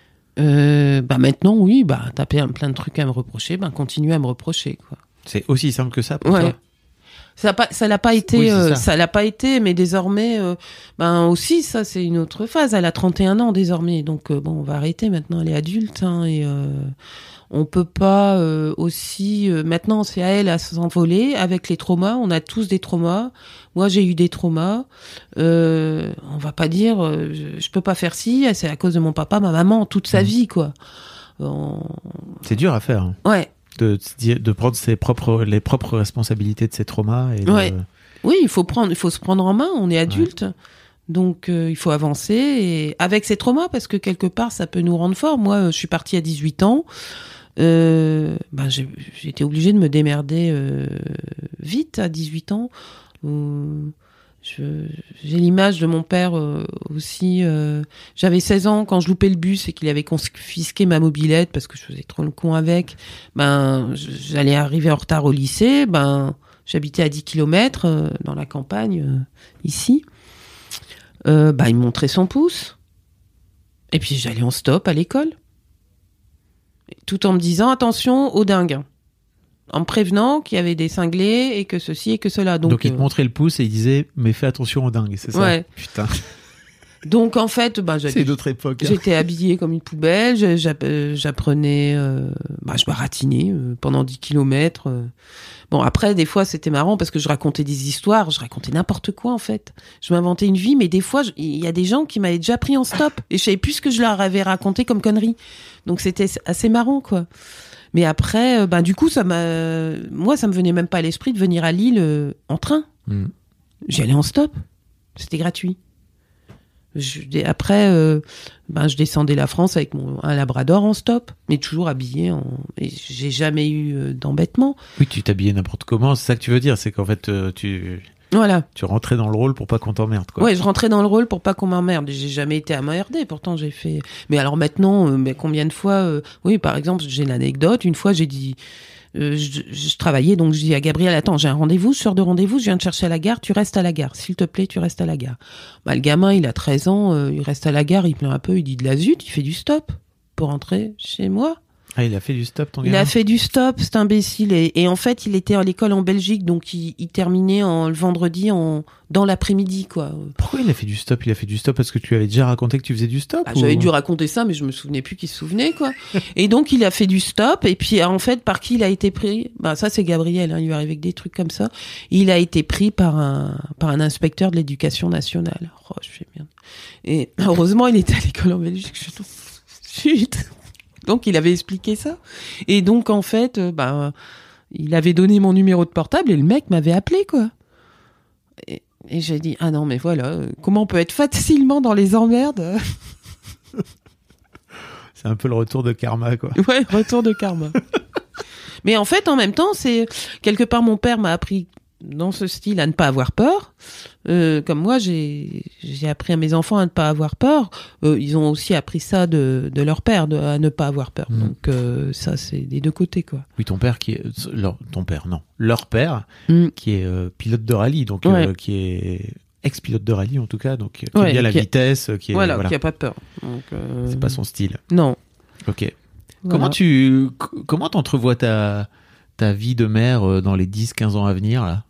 euh, Bah maintenant, oui, bah t'as plein de trucs à me reprocher, bah continue à me reprocher, quoi. C'est aussi simple que ça pour ouais. toi ? Ça n'a pas, ça l'a pas été, oui, euh, ça. ça l'a pas été, mais désormais, euh, ben aussi, ça c'est une autre phase. Elle a trente et un ans désormais, donc euh, bon, on va arrêter maintenant. Elle est adulte, hein, et euh, on peut pas euh, aussi. Euh, maintenant, c'est à elle à s'envoler avec les traumas. On a tous des traumas. Moi, j'ai eu des traumas. Euh, on va pas dire, euh, je, je peux pas faire ci. C'est à cause de mon papa, ma maman, toute sa mmh. vie, quoi. On... C'est dur à faire. Hein. Ouais. De, de prendre ses propres, les propres responsabilités de ses traumas. Et de... ouais. Oui, il faut prendre, il faut se prendre en main. On est adulte, ouais. donc euh, il faut avancer et avec ses traumas parce que quelque part ça peut nous rendre forts. Moi, je suis partie à dix-huit ans. Euh, ben j'ai, j'ai été obligée de me démerder euh, vite à dix-huit ans. Euh, Je, j'ai l'image de mon père euh, aussi. Euh, j'avais seize ans quand je loupais le bus et qu'il avait confisqué ma mobilette parce que je faisais trop le con avec. Ben, j'allais arriver en retard au lycée. Ben, j'habitais à dix kilomètres euh, dans la campagne, euh, ici. Euh, ben, il me montrait son pouce. Et puis j'allais en stop à l'école. Tout en me disant attention aux dingues. En me prévenant qu'il y avait des cinglés et que ceci et que cela. Donc, Donc il te euh... montrait le pouce et il disait mais fais attention aux dingues, c'est ça? Ouais. Putain. Donc en fait, bah, c'est d'autres époques. Hein. J'étais habillée comme une poubelle, j'apprenais, euh, bah, je baratinais euh, pendant dix kilomètres. Euh. Bon, après, des fois, c'était marrant parce que je racontais des histoires, je racontais n'importe quoi en fait. Je m'inventais une vie, mais des fois, il y a des gens qui m'avaient déjà pris en stop et je savais plus ce que je leur avais raconté comme conneries. Donc c'était assez marrant, quoi. Mais après, euh, ben du coup, ça m'a, moi, ça me venait même pas à l'esprit de venir à Lille euh, en train. Mmh. J'y allais en stop, c'était gratuit. Je, après, euh, ben je descendais la France avec mon un Labrador en stop, mais toujours habillé en. Et j'ai jamais eu euh, d'embêtement. Oui, tu t'habillais n'importe comment. C'est ça que tu veux dire, c'est qu'en fait, euh, tu. Voilà. Tu rentrais dans le rôle pour pas qu'on t'emmerde, quoi. Ouais, je rentrais dans le rôle pour pas qu'on m'emmerde. J'ai jamais été à m'emmerder, pourtant j'ai fait. Mais alors maintenant, euh, mais combien de fois euh... Oui, par exemple, j'ai une anecdote. Une fois, j'ai dit, euh, je, je travaillais, donc je dis à Gabriel, attends, j'ai un rendez-vous, je sors de rendez-vous, je viens te chercher à la gare, tu restes à la gare, s'il te plaît, tu restes à la gare. Bah, le gamin, il a treize ans, euh, il reste à la gare, il pleure un peu, il dit de la zut, il fait du stop pour rentrer chez moi. Ah, il a fait du stop, ton Il gamin. a fait du stop, cet imbécile. Et, et en fait, il était à l'école en Belgique, donc il, il terminait en, le vendredi en, dans l'après-midi, quoi. Pourquoi il a fait du stop? Il a fait du stop parce que tu avais déjà raconté que tu faisais du stop? Bah, ou... J'avais dû raconter ça, mais je me souvenais plus qu'il se souvenait, quoi. Et donc, il a fait du stop. Et puis, en fait, par qui il a été pris? Bah, ça, c'est Gabriel, hein, il lui arrive avec des trucs comme ça. Il a été pris par un, par un inspecteur de l'éducation nationale. Oh, je fais bien. Et heureusement, il était à l'école en Belgique. Je... Chut. Donc, il avait expliqué ça. Et donc, en fait, euh, bah, il avait donné mon numéro de portable et le mec m'avait appelé, quoi. Et, et j'ai dit, ah non, mais voilà, euh, comment on peut être facilement dans les emmerdes? C'est un peu le retour de karma, quoi. Ouais, retour de karma. Mais en fait, en même temps, c'est quelque part, mon père m'a appris dans ce style à ne pas avoir peur. Euh, comme moi, j'ai j'ai appris à mes enfants à ne pas avoir peur. Euh, ils ont aussi appris ça de de leur père, de, à ne pas avoir peur. Mmh. Donc euh, ça, c'est des deux côtés, quoi. Oui, ton père qui est leur, ton père, non, leur père mmh. qui est euh, pilote de rallye, donc ouais. euh, qui est ex-pilote de rallye en tout cas, donc qui ouais, aime bien la qui a... vitesse, qui est voilà, voilà. qui a pas peur. Donc euh... c'est pas son style. Non. Ok. Voilà. Comment tu comment t'entrevois ta ta vie de mère dans les dix quinze ans à venir là?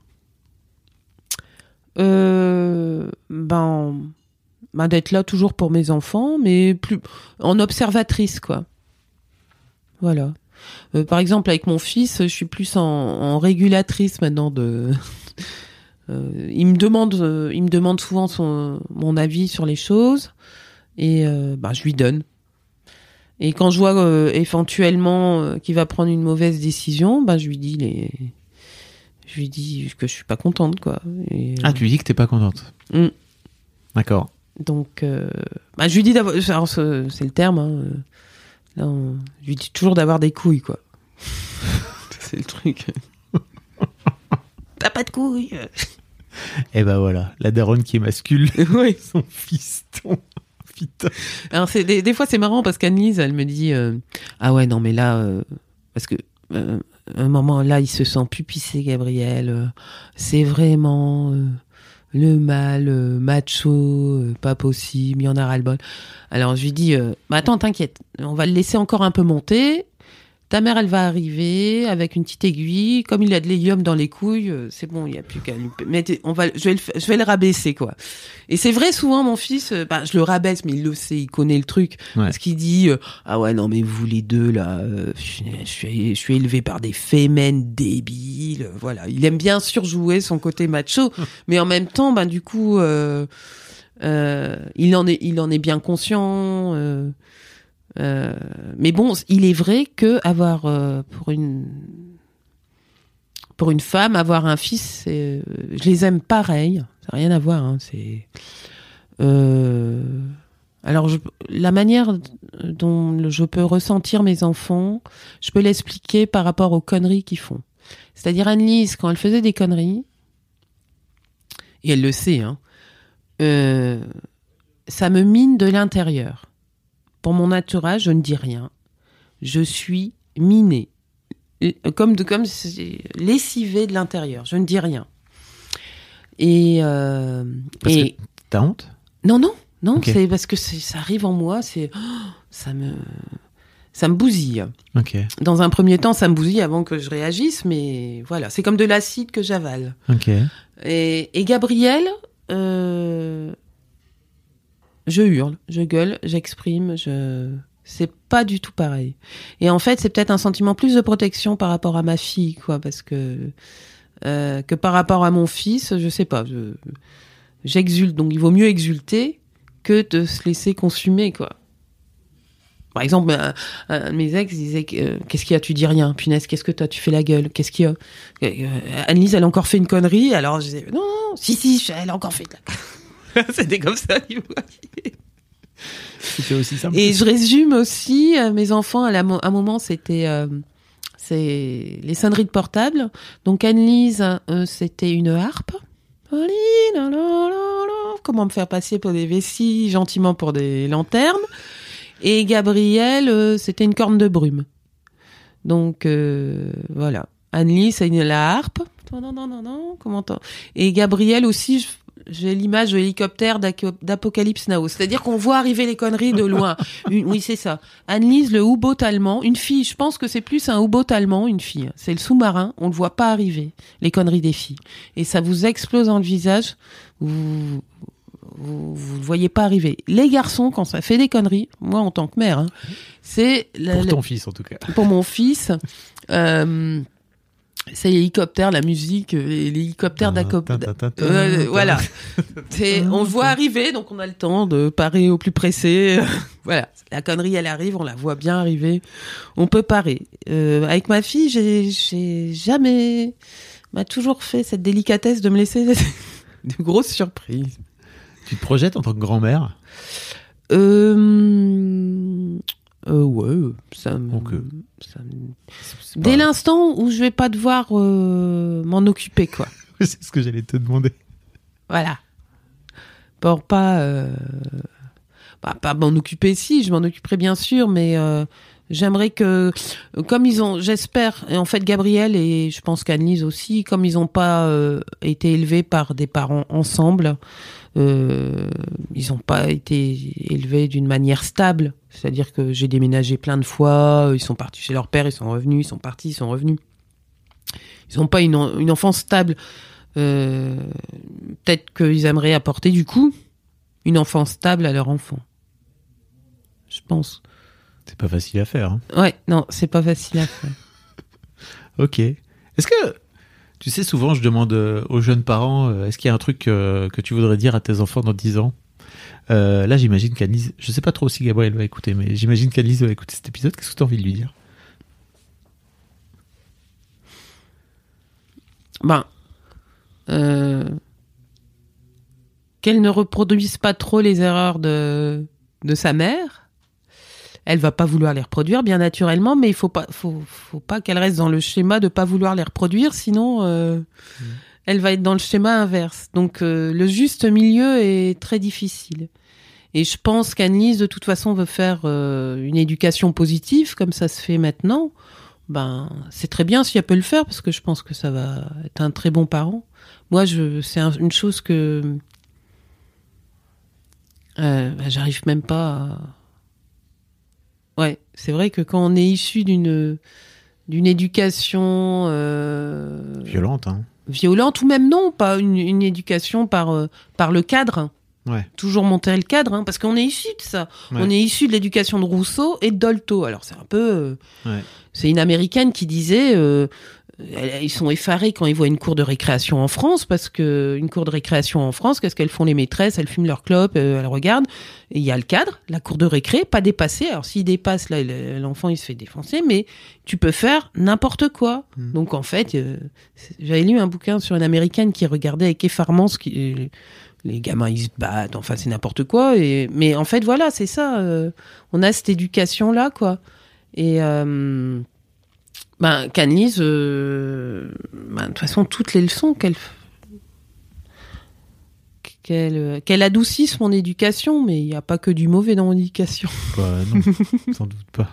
Euh, ben, ben d'être là toujours pour mes enfants, mais plus en observatrice, quoi. Voilà. Euh, par exemple, avec mon fils, je suis plus en, en régulatrice maintenant. De, euh, il me demande, euh, il me demande souvent son, mon avis sur les choses, et euh, ben je lui donne. Et quand je vois euh, éventuellement euh, qu'il va prendre une mauvaise décision, ben je lui dis les. Je lui dis que je suis pas contente, quoi. Et, ah, tu lui dis que t'es pas contente. Mm. D'accord. Donc, euh, bah, je lui dis d'avoir, alors, c'est, c'est le terme, hein. Là, on, je lui dis toujours d'avoir des couilles, quoi. C'est le truc. T'as pas de couilles. Et ben voilà, la daronne qui émascule oui. son fiston. Putain. Alors, c'est, des, des fois, c'est marrant parce qu'Annelise, elle me dit euh, ah ouais, non, mais là, euh, parce que. Euh, un moment là, il se sent pupissé, Gabriel. Euh, c'est vraiment euh, le mal euh, macho, euh, pas possible, il y en a ras-le-bol. Alors je lui dis, euh, bah, attends, t'inquiète, on va le laisser encore un peu monter. Ta mère, elle va arriver avec une petite aiguille. Comme il a de l'hélium dans les couilles, euh, c'est bon, il y a plus qu'à lui. Mais on va, je vais le, je vais le rabaisser, quoi. Et c'est vrai, souvent, mon fils, euh, bah, je le rabaisse, mais il le sait, il connaît le truc. Ouais. Parce qu'il dit, euh, ah ouais, non, mais vous les deux, là, euh, je, je suis, je suis élevé par des fémènes débiles. Voilà. Il aime bien surjouer son côté macho. Mais en même temps, ben, du coup, euh, euh, il en est, il en est bien conscient, euh, Euh, mais bon, il est vrai que avoir euh, pour une pour une femme avoir un fils, c'est, je les aime pareil, ça n'a rien à voir. Hein, c'est euh, alors je, la manière dont je peux ressentir mes enfants, je peux l'expliquer par rapport aux conneries qu'ils font. C'est-à-dire Annelise, quand elle faisait des conneries, et elle le sait, hein, euh, ça me mine de l'intérieur. Pour mon entourage, je ne dis rien. Je suis minée, comme de comme lessivée de l'intérieur. Je ne dis rien. Et euh, parce et que t'as honte ? Non, non, non. Okay. C'est parce que c'est, ça arrive en moi. C'est oh, ça me ça me bousille. Okay. Dans un premier temps, ça me bousille avant que je réagisse, mais voilà, c'est comme de l'acide que j'avale. Okay. Et, et Gabriel, euh, je hurle, je gueule, j'exprime, je... c'est pas du tout pareil. Et en fait, c'est peut-être un sentiment plus de protection par rapport à ma fille, quoi, parce que euh, que par rapport à mon fils, je sais pas, je, j'exulte. Donc, il vaut mieux exulter que de se laisser consumer, quoi. Par exemple, un, un de mes ex disait euh, qu'est-ce qu'il y a, tu dis rien, punaise, qu'est-ce que t'as, tu fais la gueule, qu'est-ce qu'il y a, euh, Annelise, elle a encore fait une connerie, alors je disais non, non, si, si, elle a encore fait de la c'était comme ça, il voyait. C'était aussi simple. Et je résume aussi, euh, mes enfants, à, la, à un moment, c'était euh, c'est les sonneries de portable. Donc Annelise, euh, c'était une harpe. Comment me faire passer pour des vessies, gentiment pour des lanternes. Et Gabriel, euh, c'était une corne de brume. Donc, euh, voilà. Annelise, c'est une, la harpe. Non, non, non, non, non. Comment t'en... Et Gabriel aussi, je, j'ai l'image de l'hélicoptère d'Apocalypse Now. C'est-à-dire qu'on voit arriver les conneries de loin. Une, oui, c'est ça. Annelise, le U-boat allemand. Une fille, je pense que c'est plus un U-boat allemand, une fille. C'est le sous-marin. On ne le voit pas arriver, les conneries des filles. Et ça vous explose dans le visage. Vous... Vous, vous le voyez pas arriver. Les garçons, quand ça fait des conneries, moi en tant que mère, hein, c'est la, pour ton la, fils en tout cas. Pour mon fils, euh, c'est l'hélicoptère, la musique, l'hélicoptère d'Acop. Euh, voilà. C'est, on le voit arriver, donc on a le temps de parer au plus pressé. Voilà, la connerie elle arrive, on la voit bien arriver, on peut parer. Euh, avec ma fille, j'ai, j'ai jamais, m'a toujours fait cette délicatesse de me laisser de grosses surprises. Tu te projettes en tant que grand-mère ? Euh... Euh, ouais, ça me... Donc, euh, ça me... Dès pas... l'instant où je vais pas devoir euh, m'en occuper, quoi. C'est ce que j'allais te demander. Voilà. Pour pas... Euh... Bah, pas m'en occuper, si, je m'en occuperai bien sûr, mais... Euh... J'aimerais que, comme ils ont, j'espère, et en fait Gabriel et je pense qu'Annelise aussi, comme ils n'ont pas euh, été élevés par des parents ensemble, euh, ils n'ont pas été élevés d'une manière stable. C'est-à-dire que j'ai déménagé plein de fois, ils sont partis chez leur père, ils sont revenus, ils sont partis, ils sont revenus. Ils n'ont pas une, une enfance stable. Euh, peut-être qu'ils aimeraient apporter du coup une enfance stable à leur enfant. Je pense. C'est pas facile à faire. Hein. Ouais, non, c'est pas facile à faire. Ok. Est-ce que, tu sais, souvent je demande aux jeunes parents, est-ce qu'il y a un truc euh, que tu voudrais dire à tes enfants dans dix ans ? euh, Là, j'imagine qu'Annelise, je sais pas trop si Gabriel va écouter, mais j'imagine qu'Annelise va écouter cet épisode. Qu'est-ce que tu as envie de lui dire ? Ben, euh, qu'elle ne reproduise pas trop les erreurs de, de sa mère. Elle va pas vouloir les reproduire, bien naturellement, mais il faut pas, faut, faut pas qu'elle reste dans le schéma de pas vouloir les reproduire, sinon euh, mmh. elle va être dans le schéma inverse. Donc euh, le juste milieu est très difficile. Et je pense qu'Annelise, de toute façon, veut faire euh, une éducation positive, comme ça se fait maintenant. Ben, c'est très bien si elle peut le faire, parce que je pense que ça va être un très bon parent. Moi, je, c'est un, une chose que euh, ben, j'arrive même pas à... Ouais, c'est vrai que quand on est issu d'une d'une éducation euh, violente, hein. Violente ou même non, pas une, une éducation par euh, par le cadre. Ouais. Toujours monter le cadre, hein, parce qu'on est issu de ça. Ouais. On est issu de l'éducation de Rousseau et de Dolto. Alors c'est un peu, euh, ouais. C'est une américaine qui disait, euh, ils sont effarés quand ils voient une cour de récréation en France, parce que une cour de récréation en France, qu'est-ce qu'elles font les maîtresses ? Elles fument leur clope, euh, elles regardent. Et il y a le cadre, la cour de récré, pas dépassée. Alors s'il dépasse, là, l'enfant il se fait défoncer, mais tu peux faire n'importe quoi. Mmh. Donc en fait, euh, j'avais lu un bouquin sur une américaine qui regardait avec effarement ce qui euh, les gamins ils se battent, enfin c'est n'importe quoi. Et mais en fait voilà, c'est ça. Euh, on a cette éducation là, quoi. Et euh, ben qu'Annelise, euh, ben, de toute façon toutes les leçons qu'elle qu'elle, qu'elle adoucisse mon éducation, mais il n'y a pas que du mauvais dans mon éducation. Bah non, sans doute pas.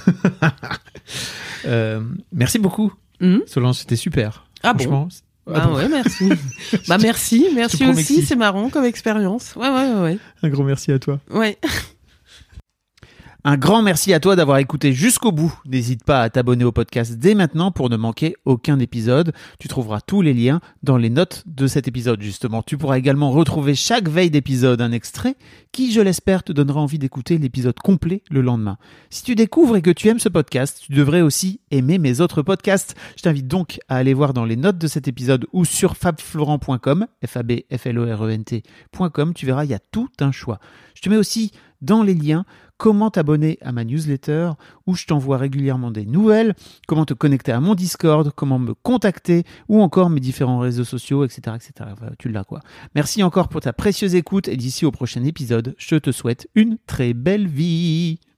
euh, merci beaucoup, mmh. Solange, c'était super. Ah bon Ah, ah bon. Ouais, merci. bah merci, merci aussi, c'est marrant comme expérience. Ouais, ouais, ouais, ouais. Un gros merci à toi. Ouais. Un grand merci à toi d'avoir écouté jusqu'au bout. N'hésite pas à t'abonner au podcast dès maintenant pour ne manquer aucun épisode. Tu trouveras tous les liens dans les notes de cet épisode, justement. Tu pourras également retrouver chaque veille d'épisode un extrait qui, je l'espère, te donnera envie d'écouter l'épisode complet le lendemain. Si tu découvres et que tu aimes ce podcast, tu devrais aussi aimer mes autres podcasts. Je t'invite donc à aller voir dans les notes de cet épisode ou sur fabflorent point com, F A B F L O R E N T point com. Tu verras, il y a tout un choix. Je te mets aussi dans les liens comment t'abonner à ma newsletter où je t'envoie régulièrement des nouvelles, comment te connecter à mon Discord, comment me contacter ou encore mes différents réseaux sociaux, et cetera, et cetera. Voilà, tu l'as quoi. Merci encore pour ta précieuse écoute et d'ici au prochain épisode, je te souhaite une très belle vie.